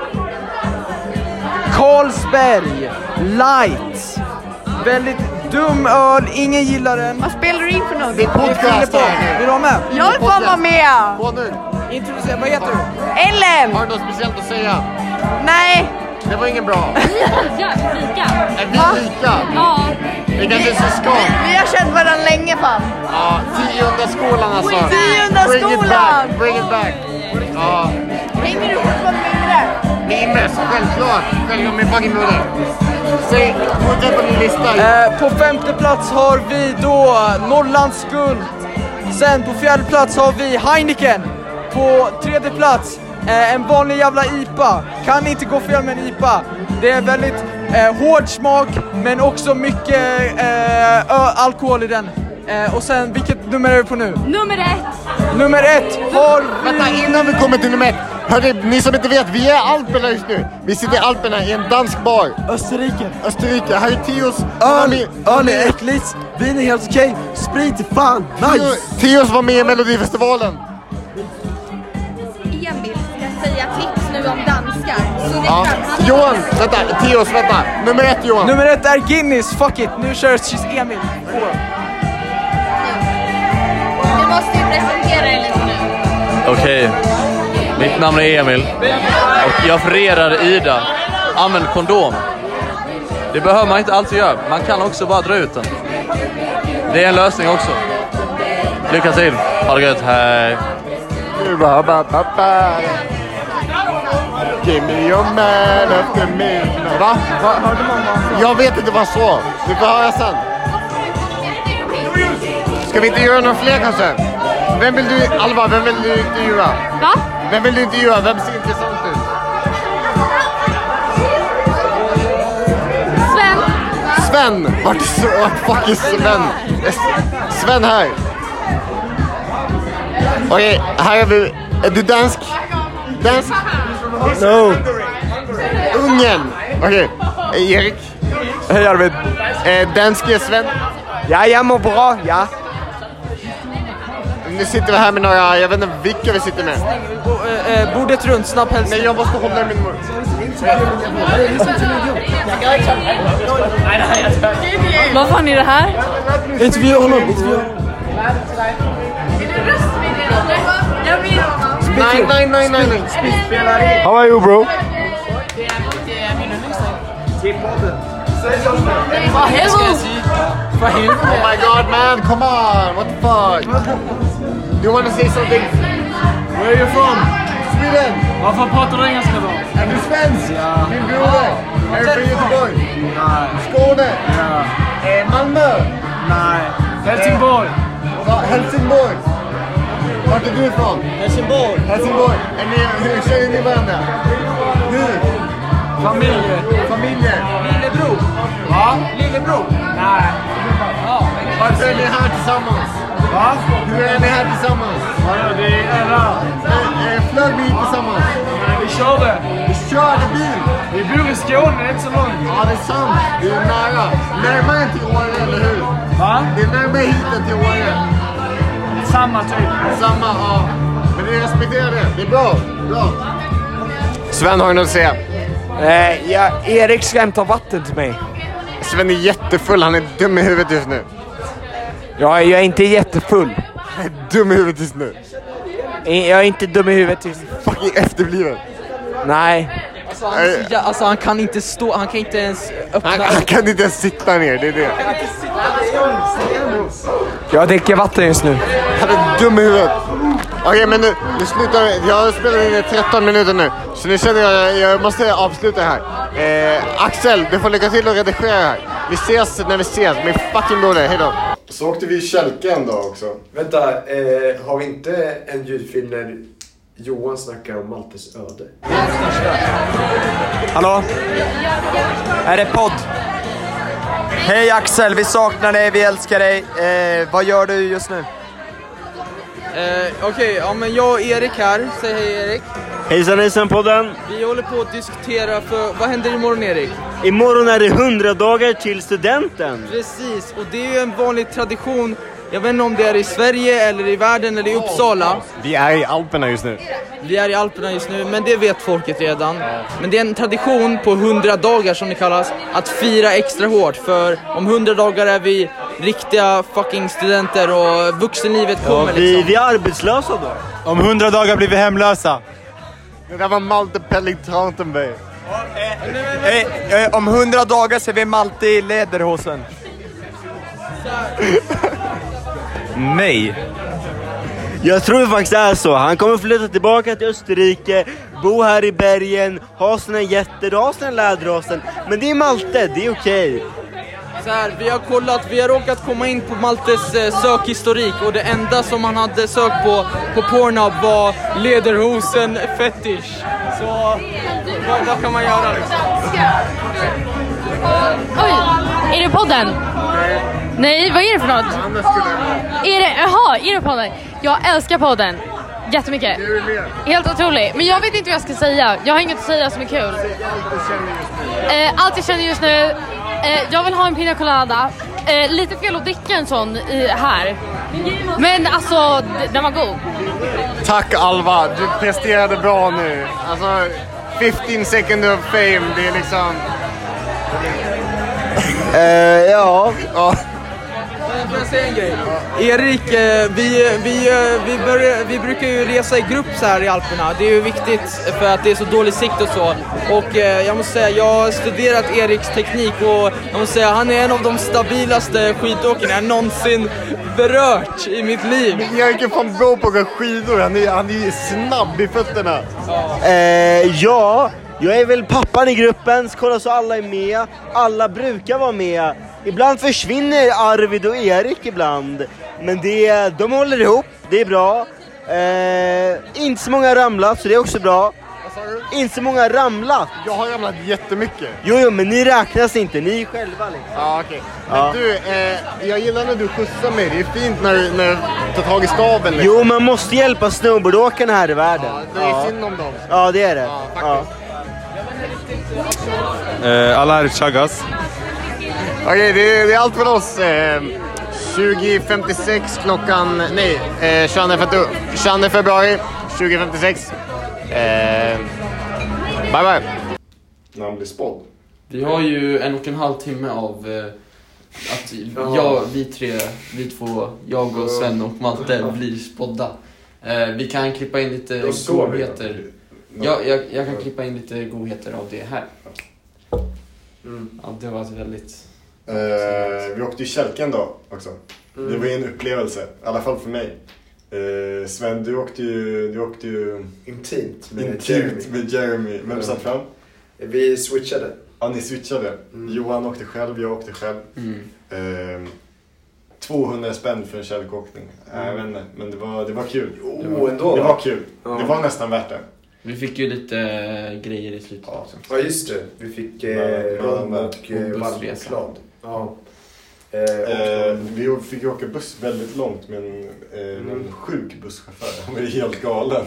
Carlsberg Light. Väldigt dum öl, ingen gillar den. Vad spelar du in för något? Det är podcast här. Vill du ha med? Jag vill vara med! På nu. Introducera, vad heter du? Ellen! Har du något speciellt att säga? Nej! Det var ingen bra. Lika. Är vi lika? Ja. Vi kanske är syskon. Vi har känt varandra länge fan. Ja, 10:e skolan alltså. 10:e skolan! Bring it back. Ja. Hänger du fortfarande med det? Mimes, självklart. Självklart med fucking munnen. Säg, fortsätt på din lista. På femte plats har vi då Norrlands guld. Sen på fjärde plats har vi Heineken. På tredje plats en vanlig jävla IPA. Kan inte gå fel med en IPA. Det är väldigt hård smak men också mycket alkohol i den. Och sen, vilket nummer är vi på nu? Nummer 1. Nummer 1 har vi... Vänta, innan vi kommer till nummer 1. Hörde, ni som inte vet, vi är i Alperna just nu. Vi sitter i Alperna i en dansk bar. Österrike, här är Tios. Öl är äckligt, vin är helt okej, sprit är fan nice. Tios var med i Melodifestivalen. Emil ska säga tips nu om danskar. Så Ja. Johan, vänta. Theos, vänta. Nummer 1, Johan. Nummer 1 är Guinness. Fuck it. Nu kör Emil. Du måste ju presentera dig lite nu. Okej. Mitt namn är Emil. Och jag förerar Ida. Använd kondom. Det behöver man inte alltid göra. Man kan också bara dra ut den. Det är en lösning också. Lycka till. Ha det gött. Hej. Give me your man after me. Va? Jag vet inte vad så. Du får höra sen. Ska vi inte göra några fler kanske? Vem vill du, Alva, vem vill du intervjua? Va? Vem vill du intervjua? Vem ser intressant ut? Sven! Vart fuck är Sven? Sven här. Okej, här är vi. Är du dansk? Dansk? No. Ungern. Okej. Erik. Hej Arvid. Danske Sven. Ja, jag mår bra, ja. Nu sitter vi här med några, jag vet inte vilka vi sitter med. Bordet runt, snabb hälsning. Nej, jag måste hålla min mun. Vad fan är det här? Intervjua honom, intervjua. Nej. How are you, bro? Oh my god, man, come on, what the fuck? Do you want to say something? Where are you from? Sweden. Varför pratar du engelska då? Är du svensk? Ja. Min broder. Är du från Göteborg? Nej. Skåne? Ja. Malmö? Nej. Helsingborg. Helsingborg. Vart är du ifrån? Helsingborg. Helsingborg. Hur känner ni varandra? Hur? Familjer. Lillebror. Va? Lillebror. Nej. Ja. Varför är ni här tillsammans? Va? Hur är ni här tillsammans? Ja, det är ära. Flög vi tillsammans? Nej, vi körde. Vi körde bil? Vi bor i Skåne, det är inte så långt. Ja, det är sant. Det är nära. Närmare till Åre, eller hur? Va? Det är närmare hit än till Åre. Samma typ. Samma, ja. Men det respekterar det. Det är bra. Bra. Sven, har du något att säga? Erik ska hämta vatten till mig. Sven är jättefull. Han är dum i huvudet just nu. Ja, jag är inte jättefull. Han är dum i huvudet just nu. Jag är inte dum i huvudet just nu. Fucking efterbliven. Nej. Alltså han kan inte stå, han kan inte ens öppna. Han kan inte ens sitta ner, det är det. Jag dricker vatten just nu. Han är dum i huvudet. Okej, men nu slutar vi. Jag har spelat in i 13 minuter nu. Så nu känner jag måste avsluta här. Axel, du får lycka till att redigera här. Vi ses när vi ses. Min fucking broder, hejdå. Så åkte vi i kälke en dag också. Vänta, har vi inte en ljudfilm när Johan snackar om Maltes öde? Hallå? Är det podd? Hej Axel, vi saknar dig, vi älskar dig. Vad gör du just nu? Okej, ja men jag och Erik här. Säg hej Erik. Hejsan podden. Vi håller på att diskutera för, vad händer imorgon Erik? Imorgon är det 100 dagar till studenten. Precis, och det är ju en vanlig tradition. Jag vet inte om det är i Sverige eller i världen eller i Uppsala. Vi är i Alperna just nu. Vi är i Alperna just nu, men det vet folket redan. Men det är en tradition på 100 dagar som det kallas, att fira extra hårt. För om 100 dagar är vi riktiga fucking studenter och vuxenlivet kommer liksom. Vi är arbetslösa då. Om 100 dagar blir vi hemlösa. Det där var Malte Pelling Trantenberg. Om 100 dagar ser vi Malte i Lederhosen. Nej. Jag tror det faktiskt är så. Han kommer flytta tillbaka till Österrike, bo här i bergen, ha sina jätter, ha sina läderhosen. Men det är Malte, det är okej. Så här, vi har kollat, vi har råkat komma in på Maltes sökhistorik och det enda som han hade sökt på Pornhub var Lederhosen fetish. Så vad kan man göra liksom? Oj, är det podden? Nej, vad är det för något? Är det podden? Jag älskar podden. Jättemycket. Helt otroligt. Men jag vet inte vad jag ska säga. Jag har inget att säga som är kul. Allt jag känner just nu. Jag vill ha en pina colada. Lite fel att dricka en sån här. Men alltså, den var god. Tack Alva, du presterade bra nu. Alltså, 15 seconds of fame, det är liksom... Ja. Får jag säga en grej? Erik, vi brukar ju resa i grupp så här i Alperna. Det är ju viktigt för att det är så dålig sikt och så. Och jag måste säga, jag har studerat Eriks teknik och jag måste säga, han är en av de stabilaste skidåkarna jag någonsin berört i mitt liv. Erik är fan bra på att åka skidor, han är ju snabb i fötterna. Ja, jag är väl pappan i gruppen, så kolla så alla är med. Alla brukar vara med. Ibland försvinner Arvid och Erik ibland. Men de håller ihop, det är bra. Inte så många ramlat, så det är också bra. Inte så många ramlat. Jag har ramlat jättemycket. Jo, men ni räknas inte, ni är själva liksom. Ja, okej. Men du, jag gillar när du skjutsar mig. Det är fint när du tar tag i staben liksom. Jo, man måste hjälpa snowboardåkarna här i världen. Ja, det är synd om dem. Ja, det är det. Alla är Chagas. Okej, det är allt för oss. 20.56 klockan... Nej, 22 februari 20.56. Bye bye. När han blir spådd. Vi har ju 1,5 timme av att vi två, jag och Sven och Malte blir spådda. Vi kan klippa in lite godheter. Jag kan klippa in lite godheter av det här. Ja, det var väldigt... Vi åkte ju kälken då också. Det var ju en upplevelse, i alla fall för mig. Sven, du åkte ju intimt med Jeremy. Vem satt fram? Vi switchade. Ja, ni switchade. Johan åkte själv, jag åkte själv. 200 spänn för en kälkåkning. Jag vet inte, men det var kul. Det var kul. Ja. Det var nästan värt det. Vi fick ju lite grejer i slutet också. Ja, just det. Vi fick rom och varmchoklad. Ja. Vi fick åka buss väldigt långt med en sjuk busschaufför. Han var helt galen.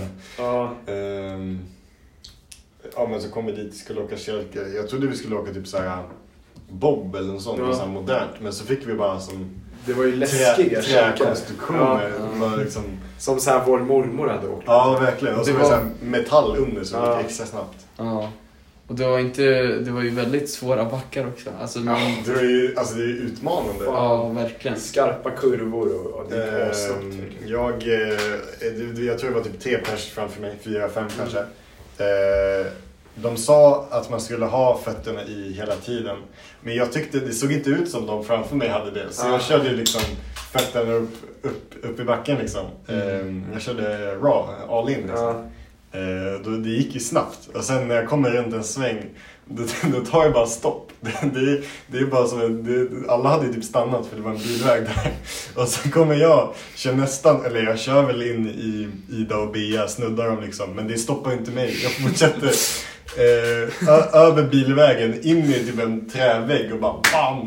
Ja, men så kom vi dit och skulle åka kälke. Jag trodde vi skulle åka typ såhär bob eller något sånt, så modernt. Men så fick vi bara som... Det var ju läskiga träkonstruktioner. Liksom... Som så här vår mormor hade åkt. Ja, verkligen. Och så var det så här metall under så det gick extra snabbt. Ja. Och det var ju väldigt svåra backar också. Alltså, det är ju utmanande. Ja, verkligen. Skarpa kurvor och det är snabbt. Jag tror det var typ 3 pers framför mig, 4-5 kanske. De sa att man skulle ha fötterna i hela tiden. Men jag tyckte det såg inte ut som de framför mig hade det. Så jag körde liksom fötterna upp i backen liksom. Jag körde raw, all in liksom. Det gick ju snabbt. Och sen när jag kommer runt en sväng, då tar jag bara stopp. Det är bara som alla hade typ stannat för det var en bilväg där. Och så kommer jag kör väl in i Ida och Bea, snuddar dem liksom. Men det stoppar inte mig. Jag fortsätter över bilvägen in i typ en trävägg och bara BAM!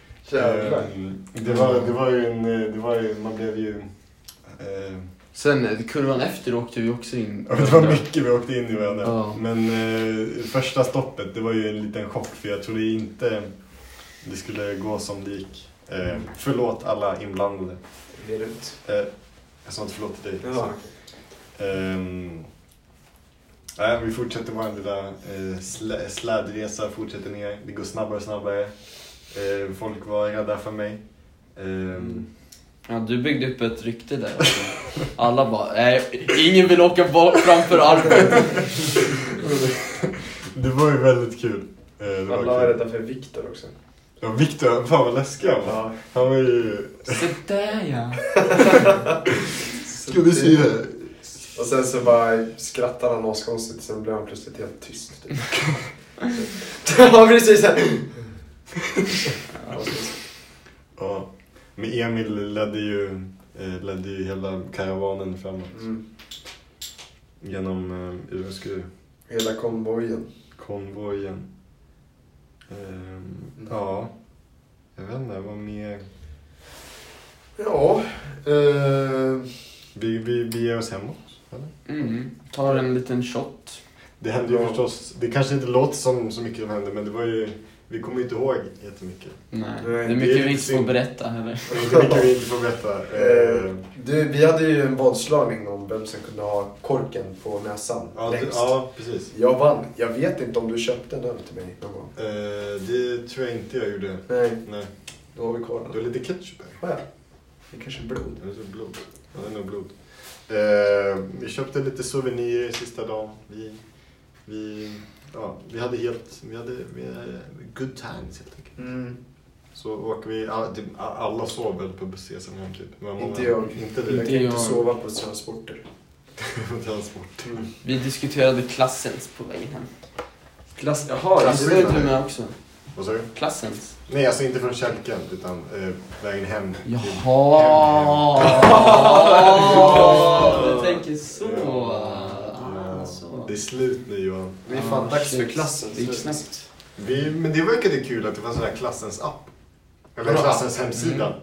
Man blev ju... Sen kurvan efter åkte vi också in. Ja, det var mycket vi åkte in i varandra. Ja. Men första stoppet, det var ju en liten chock. För jag trodde inte det skulle gå som det gick. Förlåt alla inblandade. Det är rätt. Jag sa inte förlåt till dig. Ja. Vi fortsätter vår lilla slädresa. Fortsätter ner. Det går snabbare och snabbare. Folk var rädda för mig. Ja, du byggde upp ett rykte där. Alla bara, ingen vill åka framför Arvid. Det var ju väldigt kul. Alla var rädda för Viktor också. Ja, Viktor, fan vad läskig han var. Han var ju... Så där ja. Ska du se det? Och sen så bara skrattade han askonstigt. Sen blev han plötsligt helt tyst. Typ. Ja, precis. Ja. Men Emil ledde ju hela karavanen framåt. Genom hela konvojen. Ja. Jag vet inte, vad mer... Ja. Vi ger oss hemåt, eller? Tar en liten shot. Det hände ju förstås... Det kanske inte låter som så mycket som hände, men det var ju... Vi kommer inte ihåg jättemycket. Nej, det är mycket vi inte får berätta heller. Det är mycket vi inte får berätta. Vi hade ju en vadslagning om vem som kunde ha korken på näsan längst. Ja, precis. Jag vann. Jag vet inte om du köpte en öl till mig någon gång. Det tror jag inte jag gjorde. Nej. Då har vi kvar den. Du har lite ketchup här. Ja. Det är kanske blod. Det är blod. Ja, det är nog blod. Vi köpte lite souvenirer sista dagen. Vi hade good times helt enkelt. Mm. Så åker vi, alla sov väl på bussresan hem typ. Inte jag. Jag kan inte sova på transporter. Vi diskuterade klassens på vägen hem. Jaha, det vet du med också. Vad sa du? Klassens. Nej, alltså inte från kälken utan vägen hem. Jaha! Du tänker så. Det är slut nu, Johan. Det är fan dags för klassen. Det gick snabbt. Men det verkade kul att det var sån här klassens app. Eller klassens hemsida.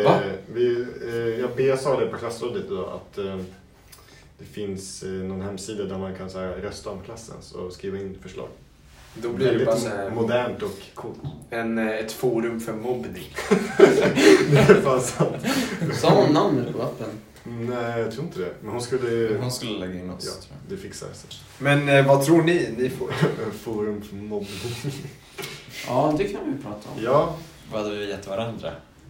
Jag sa det på klassrådet då, att det finns någon hemsida där man kan så här, rösta om klassen och skriva in förslag. Då blir det bara så här, modernt och coolt. Ett forum för mobbning. Det är fan sant. Sa hon namnet på appen? Nej, jag tror inte det. Men hon skulle lägga in oss. Ja, det fixar sig. Men vad tror ni får? Forum för mobbning. Ja, det kan vi prata om. Ja. Vad hade vi gett varandra?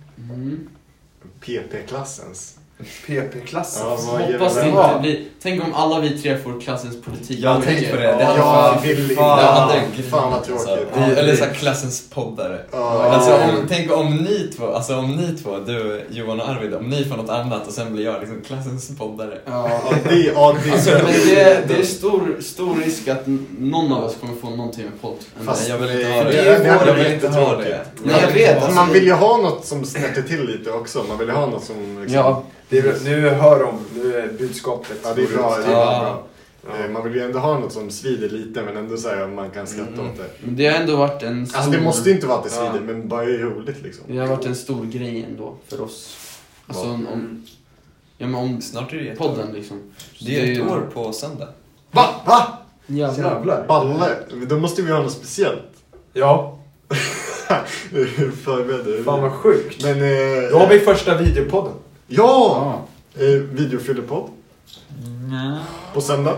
PP-klassens. PP-klassen. Ja, hoppas det inte blir. Tänk om alla vi tre får klassens politik. Jag tänkte på det. Det hade fan vad tråkigt. Eller så här klassens poddare. Tänk om ni två, du, Johan och Arvid, om ni får något annat och sen blir jag liksom klassens poddare. Det är stor risk att någon av oss kommer få någonting med podd. Fast jag vill inte ha det. Jag vill inte ha det. Jag vet. Man vill ju ha något som snärter till lite också. Man vill ha något som liksom... Nu hör de, nu är budskapet. Ja, det är bra. Man vill ju ändå ha något som svider lite, men ändå säga man kan skratta åt det. Men det har ändå varit en stor... Alltså det måste inte vara att det svider, men bara är roligt liksom. Det har varit en stor grej ändå för oss. Alltså om snart är det podden liksom. Det är ett år på söndag. Va? Jävlar. Balle. Då måste vi ha något speciellt. Ja. Förbereder. Fan vad sjukt. Men då har vi första videopodden. Ja! Videofyllepodd. På söndag.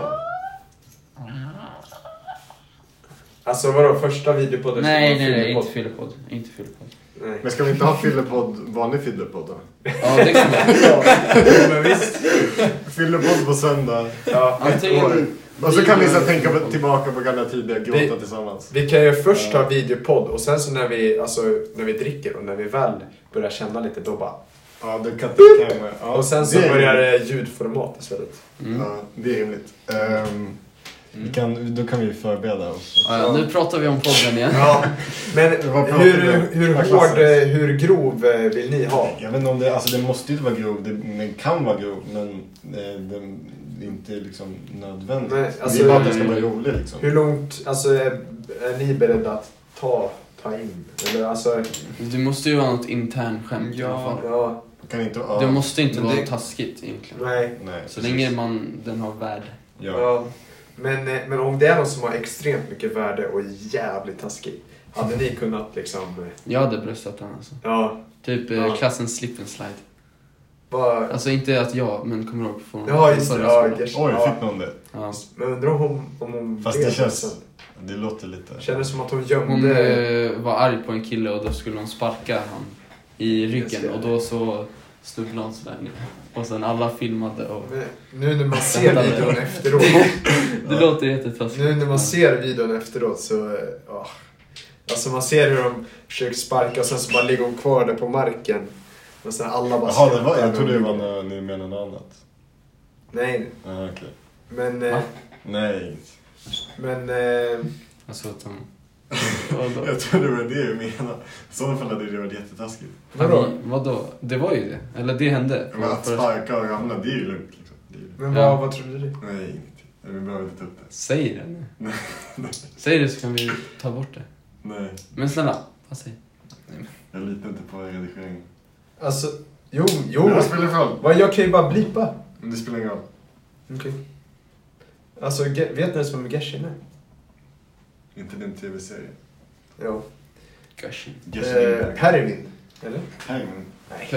Alltså vadå, första videopodden? Nej, inte fyllepodd. Men ska vi inte ha fyllepodd, vanlig fyllepodd då? Ja, det kan vi. Men visst. Fyllepodd på söndag. Ja, och så kan vi så tänka tillbaka på gamla tider, gråta tillsammans. Vi kan ju först ha videopodd och sen så när vi dricker och när vi väl börjar känna lite då bara... Ja, det kan ja, och sen så börjar det ljudformat istället. Ja, det är rimligt. Då kan vi förbereda oss. Ja, nu pratar vi om podden igen. Ja, men hur grov vill ni ha? Jag vet inte om det måste ju vara grov. Den kan vara grov, men den är inte liksom nödvändigt. Nej, det är bara att det ska vara roligt liksom. Hur långt är ni beredda att ta in? Eller alltså... Du måste ju ha något intern skämt i alla fall. Ja. Kan inte, det måste inte vara taskigt egentligen. Nej. Så länge den har värde. Ja. Men om det är någon som har extremt mycket värde och är jävligt taskig, hade ni kunnat liksom... Jag hade bröstat den alltså. Ja. Typ klassens slip and slide. Alltså inte att men kommer ihåg från... Ja, just det. Oj, fick någon det? Ja. Men undrar om hon... Fast det känns... Det låter lite... Kändes som att hon gömde... Hon var arg på en kille och då skulle hon sparka han i ryggen och då så snubblade han sådär ner. Och sen alla filmade och... Nu när man ser videon efteråt... Det låter jättetaskigt. Nu när man ser videon efteråt så... Alltså man ser hur de försöker sparka och sen så bara ligger hon kvar där på marken. Och sen alla bara... Jaha, jag trodde det var när ni menade något annat. Nej. Okej. Men... Nej. Men... Alltså att de... Jag tror det var det jag menade. I sådana fall hade det varit jättetaskigt. Vadå? Det var ju det. Eller det hände. Men att sparka och ramla, det är ju lugnt liksom. Men vad trodde du? Nej, ingenting. Vi behöver inte ta upp det. Säg det nu. Säg det så kan vi ta bort det. Nej. Men snälla, vad säg? Jag litar inte på redigering. Alltså, jo. Det spelar ingen roll. Jag kan ju bara blipa. Men det spelar ingen roll. Okej. Alltså, vet ni som Geshin är? Inte den tv-serien. Ja. Gushing. Pervin. Eller? Pervin. Nej.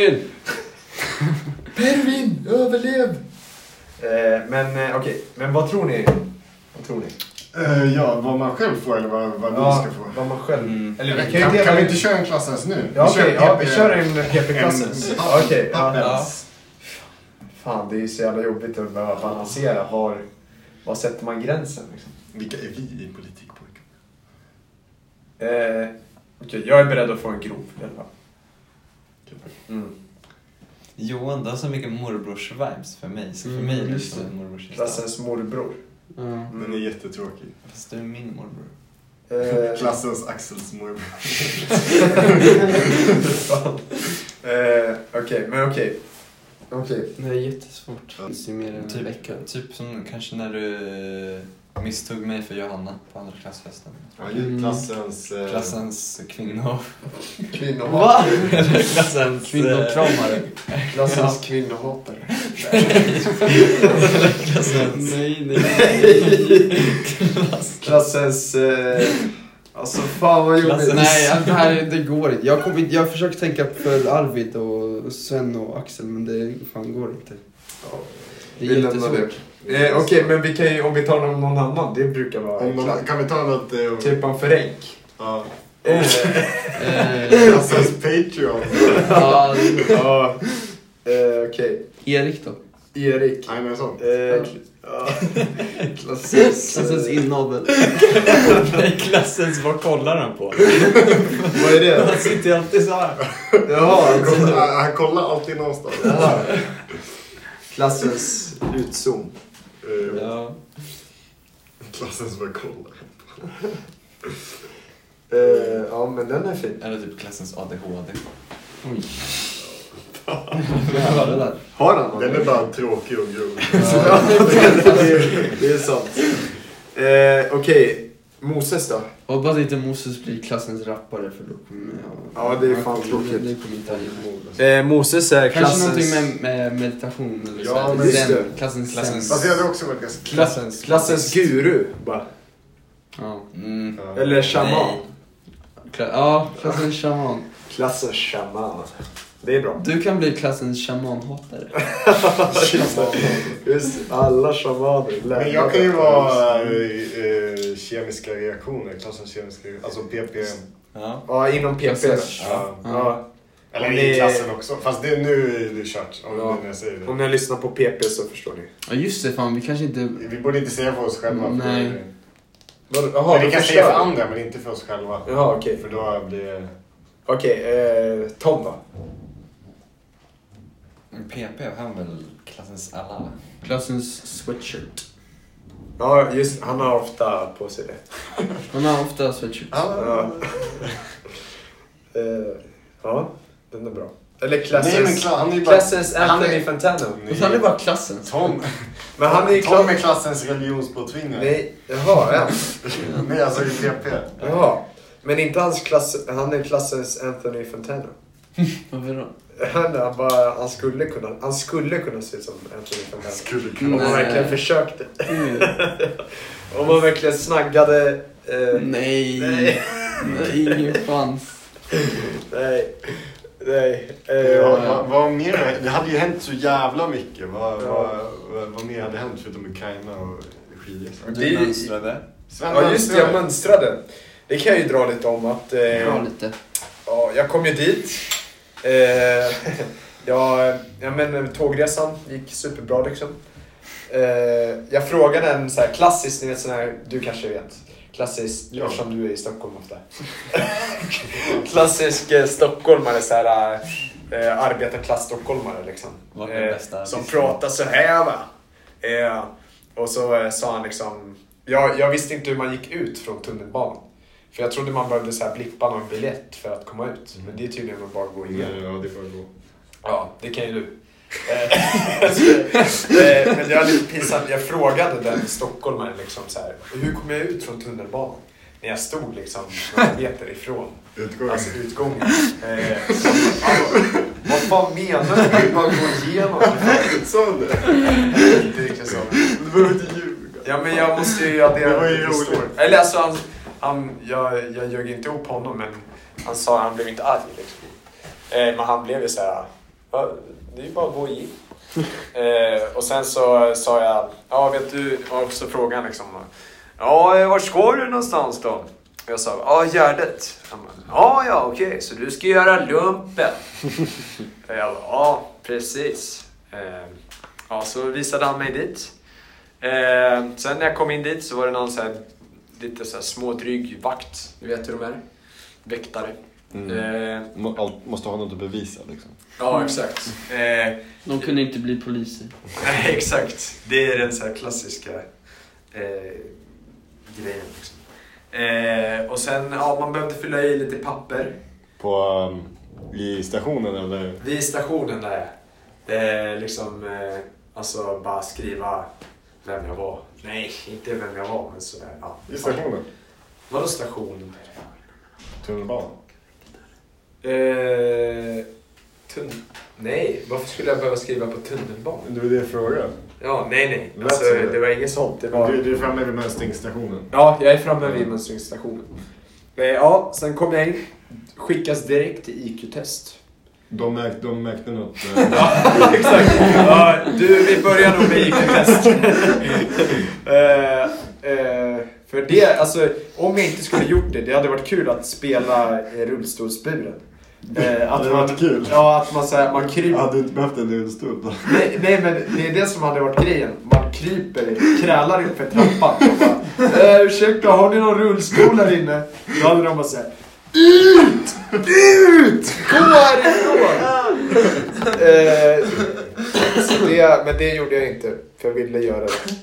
Pervin, överlev! Men okej, men vad tror ni? Ja, vad man själv får eller vad vi ska få. Vad man själv... Eller kan vi inte köra en klassens nu? Ja, vi kör en PP-klassens. Okej. Fan, det är så jävla jobbigt att behöva balansera. Var sätter man gränsen? Liksom? Vilka är vi i politikpojken? Okej, jag är beredd att få en grov i alla fall. Johan, det har så mycket morbrors-vibes för mig. Så för mig är det så morbrors. Klassens morbror. Den är jättetråkig. Fast du är min morbror. Klassens Axels morbror. Okej. Det är jättesvårt. Typ som kanske när du misstog mig för Johanna på andra klassfesten. Ja, klassens kvinnor. Va? Klassens kvinnokramare. Klassens kvinnohatare. Klassens... Nej. Klassens... Alltså fan vad jobbigt. Nej, det går inte. Jag försöker tänka för Arvid och Sven och Axel, men det fan går inte. Ja, det är jättesvårt. Okej, men vi kan ju, om vi tar någon annan, det brukar vara... Kan vi ta något... Typ en Ferenc. Ja. Klassens Patreon. Ja. Okej. Erik då? Erik. Nej, men så. Klassens innavel. Nej, klassens, vad kollar han på? Vad är det? Han sitter alltid så här. Jaha, han kollar alltid någonstans. Klassens utzoom. Ja. Klassens vad kollar. Ja, men den är fin. Eller typ klassens ADHD. Oj. Har han? Den är bara tråkig och grov. Det är sant. Okej, Moses då? Hoppas inte Moses blir klassens rappare, för då kommer ja, det är fan tråkigt. Det kommer inte han Moses är kanske klassens... någonting med meditation eller så. Ja, men just det. Klassens. Fast det hade också varit klassens guru, bara. Ja. Eller shaman. Ja, klassens shaman. Klassens shaman. Det är bra. Du kan bli klassens shamanhatare. Just alla shamaner. Men jag kan ju vara kemiska reaktioner. Klassens kemiska reaktioner. Alltså PP. Ja, inom PP. Ja. Eller i klassen också. Fast det, nu är det kört. Om ni lyssnar på PP så förstår ni. Ja, just det. Fan, vi kanske inte... Vi borde inte säga för oss själva. Nej. Jaha, vi kan säga för andra, men inte för oss själva. Jaha, okej. För då blir det... Okej, Tom då? PP har väl klassens alla. Klassens sweatshirt. Ja, just han har ofta på sig det. Han har ofta sweatshirt. Ja, den är bra. Eller klassens Anthony Fantano. Han är bara klassens. Tom. Men han är Tom är klassens religionspåtvingare. Nej, jaha, Nej, alltså i PP. Jaha. Men inte hans klass, han är klassens Anthony Fantano. Varför då? Han skulle kunna se ut som Anthony Fantano. Om man verkligen försökte. Om man verkligen snaggade. Nej, ingen fanns. Nej. Vad mer? Det hade ju hänt så jävla mycket. Vad mer hade hänt förutom Ukraina och skidresan? Du mönstrade. Ja, just det, jag mönstrade. Det kan jag ju dra lite om att... lite. Ja, jag kom ju dit. Men tågresan gick superbra liksom. Jag frågade en så här klassisk, ni vet sån här, du kanske vet. Klassisk, som du är i Stockholm ofta. Klassisk stockholmare, så här arbetarklass stockholmare liksom. Som pratar så här va. Och så sa han liksom, jag visste inte hur man gick ut från tunnelbanan. För jag trodde man behövde så här blippa någon biljett för att komma ut. Men det är tydligen att bara gå igen. Ja, det får gå. Ja, det kan ju du. Men det var lite pinsamt. Jag frågade den stockholmaren liksom så här, hur kom jag ut från tunnelbanan? När jag stod liksom några meter ifrån utgången. Vad fan menar du? Vill man gå igenom? Så det? Inte riktigt så. Du behöver inte ljuga. Ja, men jag måste ju addera. Det var ju roligt. Eller alltså jag ljög inte ihop honom, men Han blev inte arg liksom. Men han blev ju så här. Det är ju bara att gå in. Och sen så sa jag, ja vet du, och så frågade han liksom, ja var ska du någonstans då? Jag sa, ja Gärdet. Ja okej, så du ska göra lumpen. Jag bara, ja precis. Ja så visade han mig dit. Sen när jag kom in dit så var det någon så här, lite så här smådryg vakt. Du vet hur de är? Väktare. Måste ha något att bevisa liksom. Ja, exakt. De kunde inte bli poliser. Nej, exakt. Det är den så här klassiska grejen liksom. Och sen, man behövde fylla i lite papper. I stationen eller? Vid stationen där. Liksom, alltså bara skriva vem jag var. Nej, inte vem jag var, men sådär. Ja. I stationen? Vadå stationen? Tunnelbanan? Nej, varför skulle jag behöva skriva på tunnelbanan? Det var det jag frågade. Ja, nej. Alltså, det var inget sånt. Det var... Du är framme vid mönstringsstationen? Ja, jag är framme vid mönstringsstationen. Ja, sen kom jag in. Skickas direkt till IQ-test. De märkte något. Ja, exakt. Ja, vi börjar nog med IQ-test. För det, alltså, om jag inte skulle gjort det hade varit kul att spela rullstolsburen. Att det varit kul. Ja, att man såhär, man kryper. Hade du inte behövt en rullstol då? Nej, men det är det som hade varit grejen. Man krälar upp för trappan och bara, ursäkta, har ni någon rullstol här inne? Då hade de bara såhär, ut! Gå härifrån! Men det gjorde jag inte, för jag ville göra det.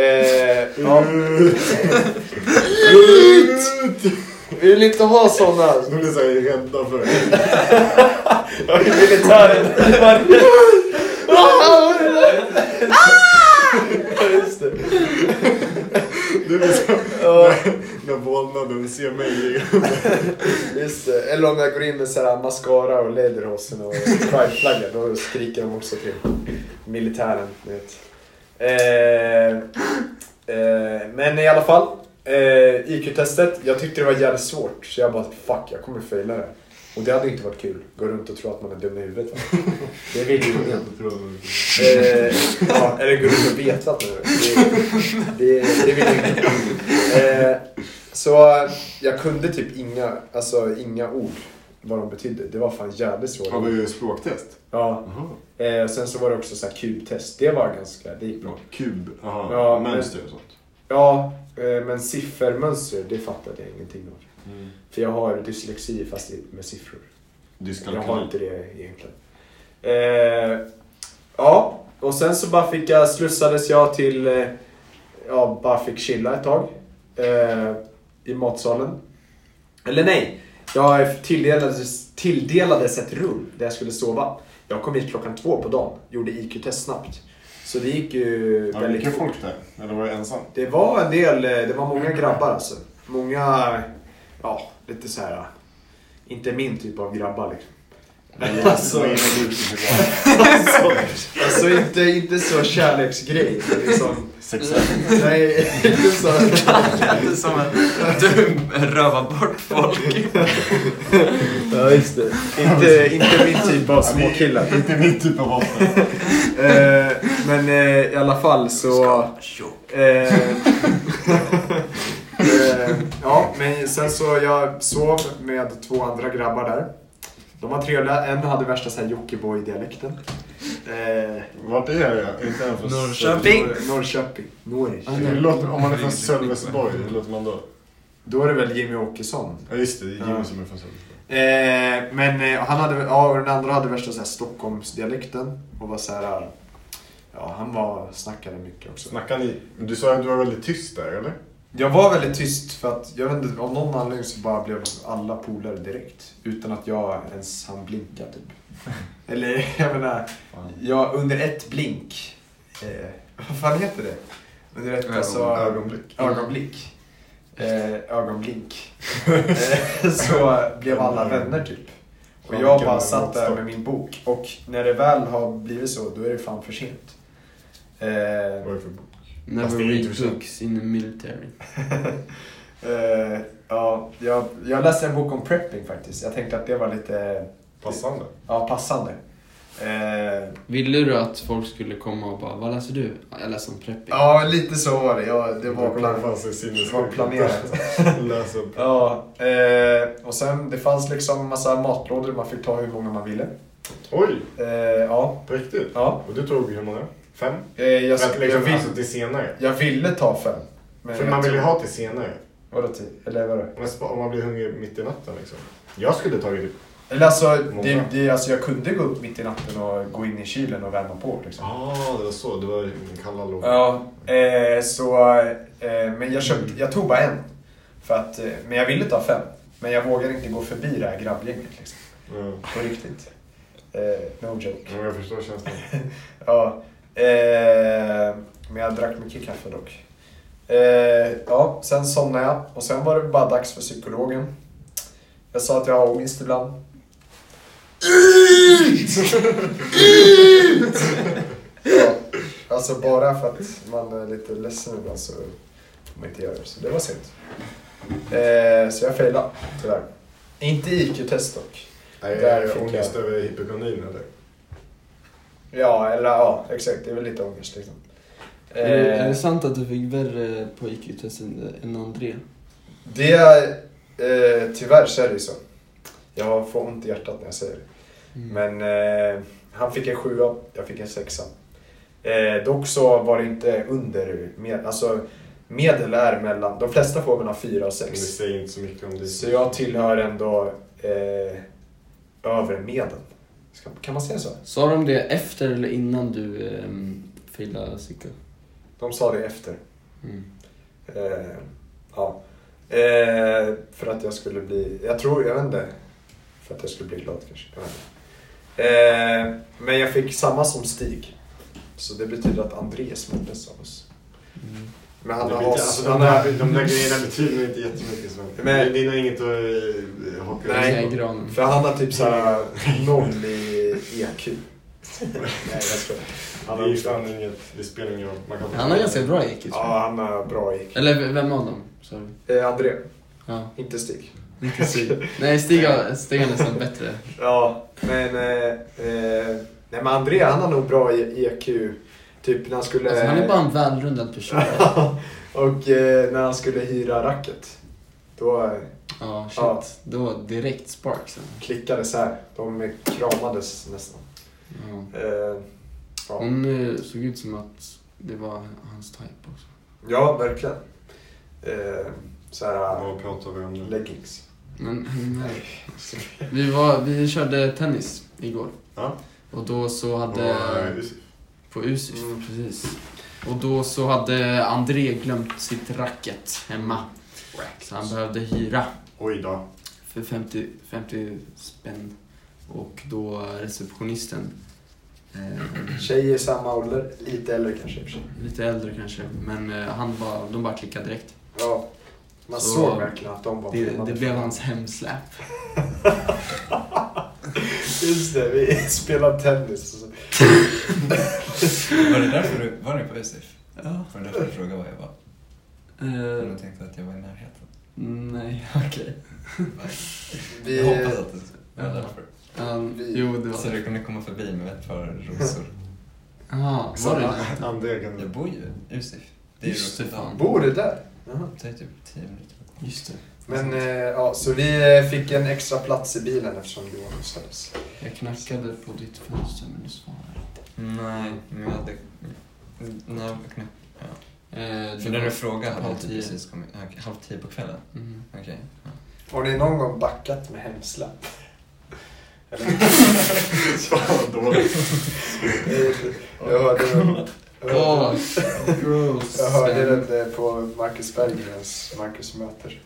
Ut! Vi vill inte ha sådana. De blir såhär rädda för det. Jag är militären. Just det. Det är så när vålnaden ser mig. Just det. Eller om jag går in med såhär mascara och lederhosen och pride-flagga, då skriker de också till militären. Men i alla fall, IQ-testet, jag tyckte det var jävligt svårt. Så jag bara, fuck, jag kommer faila det. Och det hade inte varit kul. Gå runt och tro att man är dum i huvudet, va? Det vill ju ingen. Eller gå runt och veta att man är det vill ju ingen. Så jag kunde typ inga ord vad de betydde. Det var fan jävligt svårt. Ja, det var ju språktest. Ja. Sen så var det också så här kubtest. Det var det gick bra. Kub? Aha. Ja, mönster och sånt. Ja, men siffermönster, det fattade jag ingenting av. För jag har dyslexi fast med siffror. Jag har inte det egentligen. Ja, och sen så bara slussades jag till, bara fick chilla ett tag i matsalen. Eller nej, jag tilldelades ett rum där jag skulle sova. Jag kom hit 2:00 på dagen, gjorde IQ-test snabbt. Så det gick ju väldigt mycket folk där, eller var det ensam? Det var en del, det var många grabbar alltså. Många, lite så här, inte min typ av grabbar liksom. Alltså inte så kärleksgrej liksom. Nej, inte så. Det som att du rövar bort folk. Ja, just det. Inte min typ av småkillar. Inte min typ av vapen. Men i alla fall så... ja, men sen så jag sov med 2 andra grabbar där. De var trevliga. En hade värsta så här Jockiboi-dialekten. Vart är jag? Inte ens från Norrköping. Om man är från Sölvesborg, hur låter man då? Då är det väl Jimmy Åkesson. Ja just det, är Jimmy som är från Sölvesborg. Men han hade, och den andra hade värsta så här Stockholmsdialekten. Och var så här, han snackade mycket också. Snackade ni? Du sa att du var väldigt tyst där, eller? Jag var väldigt tyst för att, jag vet inte, av någon anledning så bara blev alla polare direkt. Utan att jag ens hann blinka typ. Eller jag menar, under ett blink. Vad fan heter det? Under ett ögonblick. Så blev alla vänner typ. Och jag bara satt där med min bok. Och när det väl har blivit så, då är det fan för sent. Vad är det för bok? Never read books in the military. Ja, jag läste en bok om prepping faktiskt. Jag tänkte att det var lite... Passande? Ja, passande. Ville du att folk skulle komma och bara, vad läser du? Jag läser om prepping. Ja, lite så var det. Ja, det var planerat. Läs upp. Ja, och sen det fanns liksom massa matlådor. Man fick ta hur många man ville. Oj! Ja. På riktigt? Ja. Och du tog hur många? 5? Alltså till senare? Jag ville ta 5. För man vill ju ha till senare. Vadå till? Eller vadå? Om man blir hungrig mitt i natten liksom. Jag skulle tagit typ. Eller alltså, jag kunde gå upp mitt i natten och gå in i kylen och värma på liksom. Det var så. Det var en kalla låg. Ja, men jag tog bara en. För att, men jag ville ta 5. Men jag vågade inte gå förbi det här grabbgänget liksom. På riktigt. No joke. Ja, jag förstår känslan. Ja. Men jag drack mycket kaffe dock. Ja, sen somnade jag. Och sen var det bara dags för psykologen. Jag sa att jag har ångest ibland. Ja, alltså bara för att man är lite ledsen ibland så får man inte göra det. Så det var synd. Så jag failade, tyvärr. Inte IQ-test dock. Där ångest över hypokondrin eller? Ja, eller ja, exakt. Det är väl lite ångest liksom. Är det sant att du fick värre på IQ-testen än André? Det är tyvärr så är det så. Jag får ont i hjärtat när jag säger det. Men han fick en 7, jag fick en 6. Dock så var det inte under alltså medel är mellan, de flesta får mellan 4 och 6. Det säger inte så mycket om det. Så jag tillhör ändå över medel. Kan man säga så? Sa de det efter eller innan du failade cykel? De sa det efter. Ja. För att jag skulle bli, jag vet inte, för att jag skulle bli glad kanske. Men jag fick samma som Stig. Så det betyder att André småddes av oss. Men han har alltså, de där grejerna betyder inte jättemycket. Men det är nog inget att haka. Nej, för han har typ såhär 0 i EQ. Nej, jag ska. Han har ju fan inget, det spelar ingen roll. Han har ganska bra EQ. Ja, han har bra EQ. Eller vem av dem? André. Ja. Inte Stig. Inte Stig. Nej, Stig är nästan bättre. Ja, men nej, men André, han har nog bra EQ. Typ när han skulle... Alltså, han är bara en välrundad person. Och när han skulle hyra racket. Då... Då direkt sparks. Klickade så här. De kramades nästan. Hon såg ut som att det var hans type också. Ja, verkligen. Så här, vad pratar vi om nu? Leggings. Men vi körde tennis igår. Ja. Och då så hade... På Usif, precis. Och då så hade André glömt sitt racket hemma. Så han behövde hyra. Oj då. För 50 spänn. Och då receptionisten... Tjej i samma ålder, lite äldre kanske. Lite äldre kanske, men de bara klickade direkt. Ja, man såg verkligen att de var... Det blev hans hemsläp. Just det, vi spelade tennis. Var det därför var ni på Usif? Ja. Var det därför du frågade vad jag var? Jag tänkte att jag var i närheten. Nej, okej. Jag hoppades att det var därför. Jo, det var så du kunde komma förbi med ett par rosor. Jaha, var det där? Jag bor ju i Usif. Det är just det, fan. Bor du där? Det är typ 10 minuter. Just det. Men ja, så vi fick en extra plats i bilen eftersom du var någonstans. Jag knackade på ditt fönster men du svarade inte. Nej, men jag hade... Nej, jag knackade. Ja. För när du frågade hade jag precis kommit... 9:30 på kvällen? Okej. Ja. Har ni någon gång backat med hemsläpp? Eller? Så dåligt. Jag hörde gross. Jag hörde det på Marcus Berggrens Marcus möter.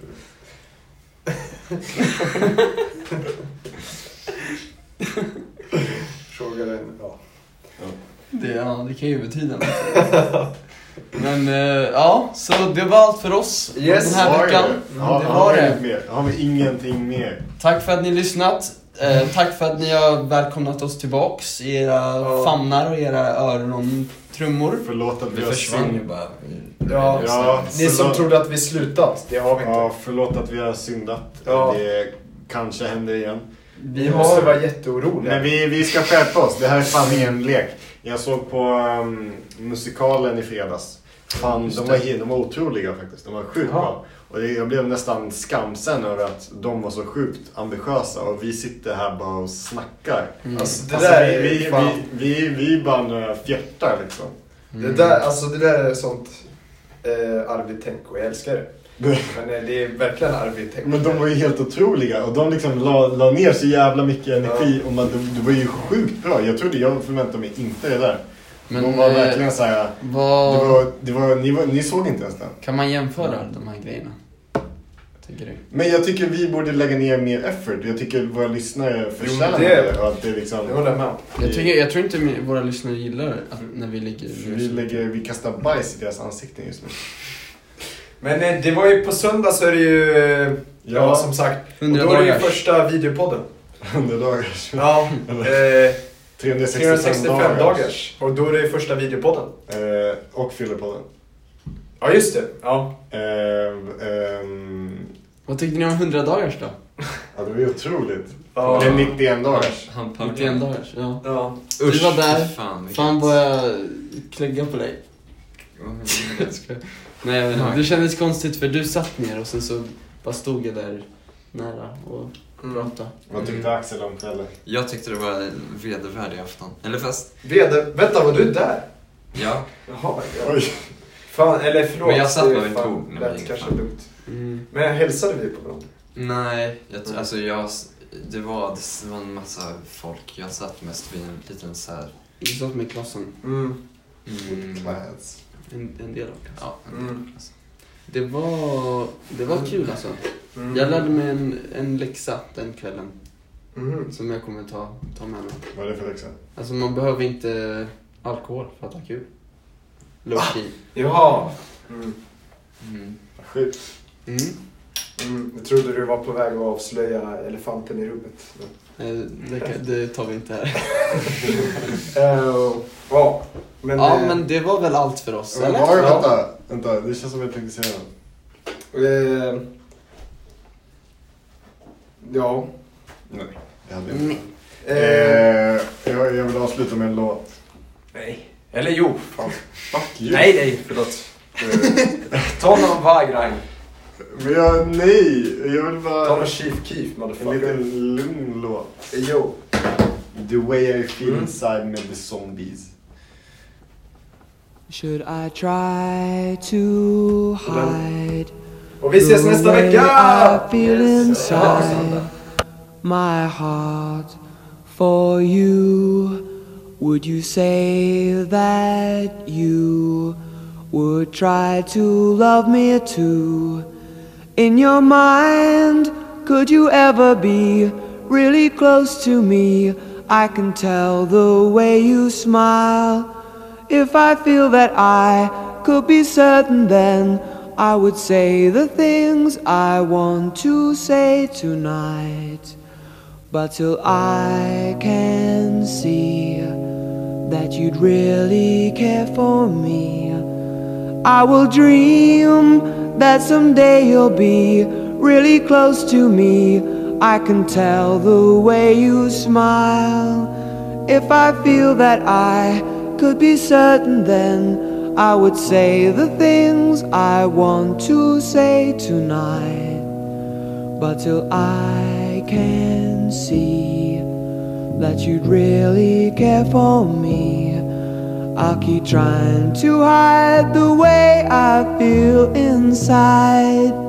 Frågade en, ja. Det kan ju betyda något. Men ja, så det var allt för oss den här veckan. Det var det. Har vi ingenting mer. Tack för att ni lyssnat. Tack för att ni har välkomnat oss tillbaks i era famnar och era örontrummor. Förlåt att vi har försvann bara. Ja, ni som trodde att vi slutat, det har vi inte. Ja, förlåt att vi har syndat. Ja. Det kanske händer igen. Vi måste vara jätteoroliga. Men vi ska skärpa oss. Det här är fan ingen lek. Jag såg på musikalen i fredags. Fan, de var otroliga faktiskt. De var sjukt bra. Och jag blev nästan skamsen över att de var så sjukt ambitiösa. Och vi sitter här bara och snackar. Alltså, det där är vi bara några fjärtar liksom. Det där är sånt Arvid tänk och jag älskar det. Men det är verkligen Arvid tänk. Men de var ju helt otroliga. Och de liksom la ner så jävla mycket energi. Och det var ju sjukt bra. Jag förväntade mig inte det där. Men de var verkligen så här. Ni såg inte ens den. Kan man jämföra de här grejerna? Men jag tycker vi borde lägga ner mer effort. Jag tycker våra lyssnare förtjänar det. Att det liksom, det håller med. Jag tror inte våra lyssnare gillar att när vi ligger. Vi kastar bajs i deras ansikten just nu. Men det var ju på söndag så är det ju som sagt. Och då är det ju första videopodden. 100 dagar. Ja. 365 dagars. Och då är det första videopodden. Och fyllepodden. Ja, just det. Ja. Vad tyckte ni om 100 dagars då? Ja, det var ju otroligt. Ja. Det är 91 dagars. 91 dagars, ja. Usch, du var där. Fan vad jag klägga på dig. Nej, jag vet inte. Det kändes konstigt för du satt ner och sen så bara stod jag där nära och pratade. Vad tyckte Axel om kvällen? Jag tyckte det var en vedervärdig afton. Eller fast... Vänta, var du där? Ja. Jaha, oj. Fan, eller förlåt. Men jag satt med mitt bord. Det kanske dumt. Men hälsade vi på varandra? Nej, det var en massa folk. Jag satt mest vid en liten så här... Du satt med klassen? Class. En del av klassen. Ja, en del av klassen. Det var kul alltså. Jag lärde mig en läxa den kvällen. Som jag kommer ta med mig. Vad är det för läxa? Alltså man behöver inte alkohol för att ha kul. Low-key. Jaha. Sjukt. Jag trodde du var på väg att avslöja elefanten i rummet. Det tar vi inte här. Men det var väl allt för oss, eller? Vänta, det känns som jag tänkte säga ja. Nej, jag hade inte. Jag vill avsluta med en låt. Nej. Eller jo, fan. Fuck you. Nej, förlåt. Ta någon Vagran. Men jag vill bara... Ta någon Chief Keef, motherfucker. En liten lugn låt. Jo. The way I feel inside med The Zombies. Should I try to hide? Och vi ses nästa vecka! I feel inside my heart for you. Would you say that you would try to love me too? In your mind, could you ever be really close to me? I can tell the way you smile. If I feel that I could be certain, then I would say the things I want to say tonight. But till I can see that you'd really care for me, I will dream that someday you'll be really close to me. I can tell the way you smile. If I feel that I could be certain, then I would say the things I want to say tonight. But till I can see that you'd really care for me, I'll keep trying to hide the way I feel inside.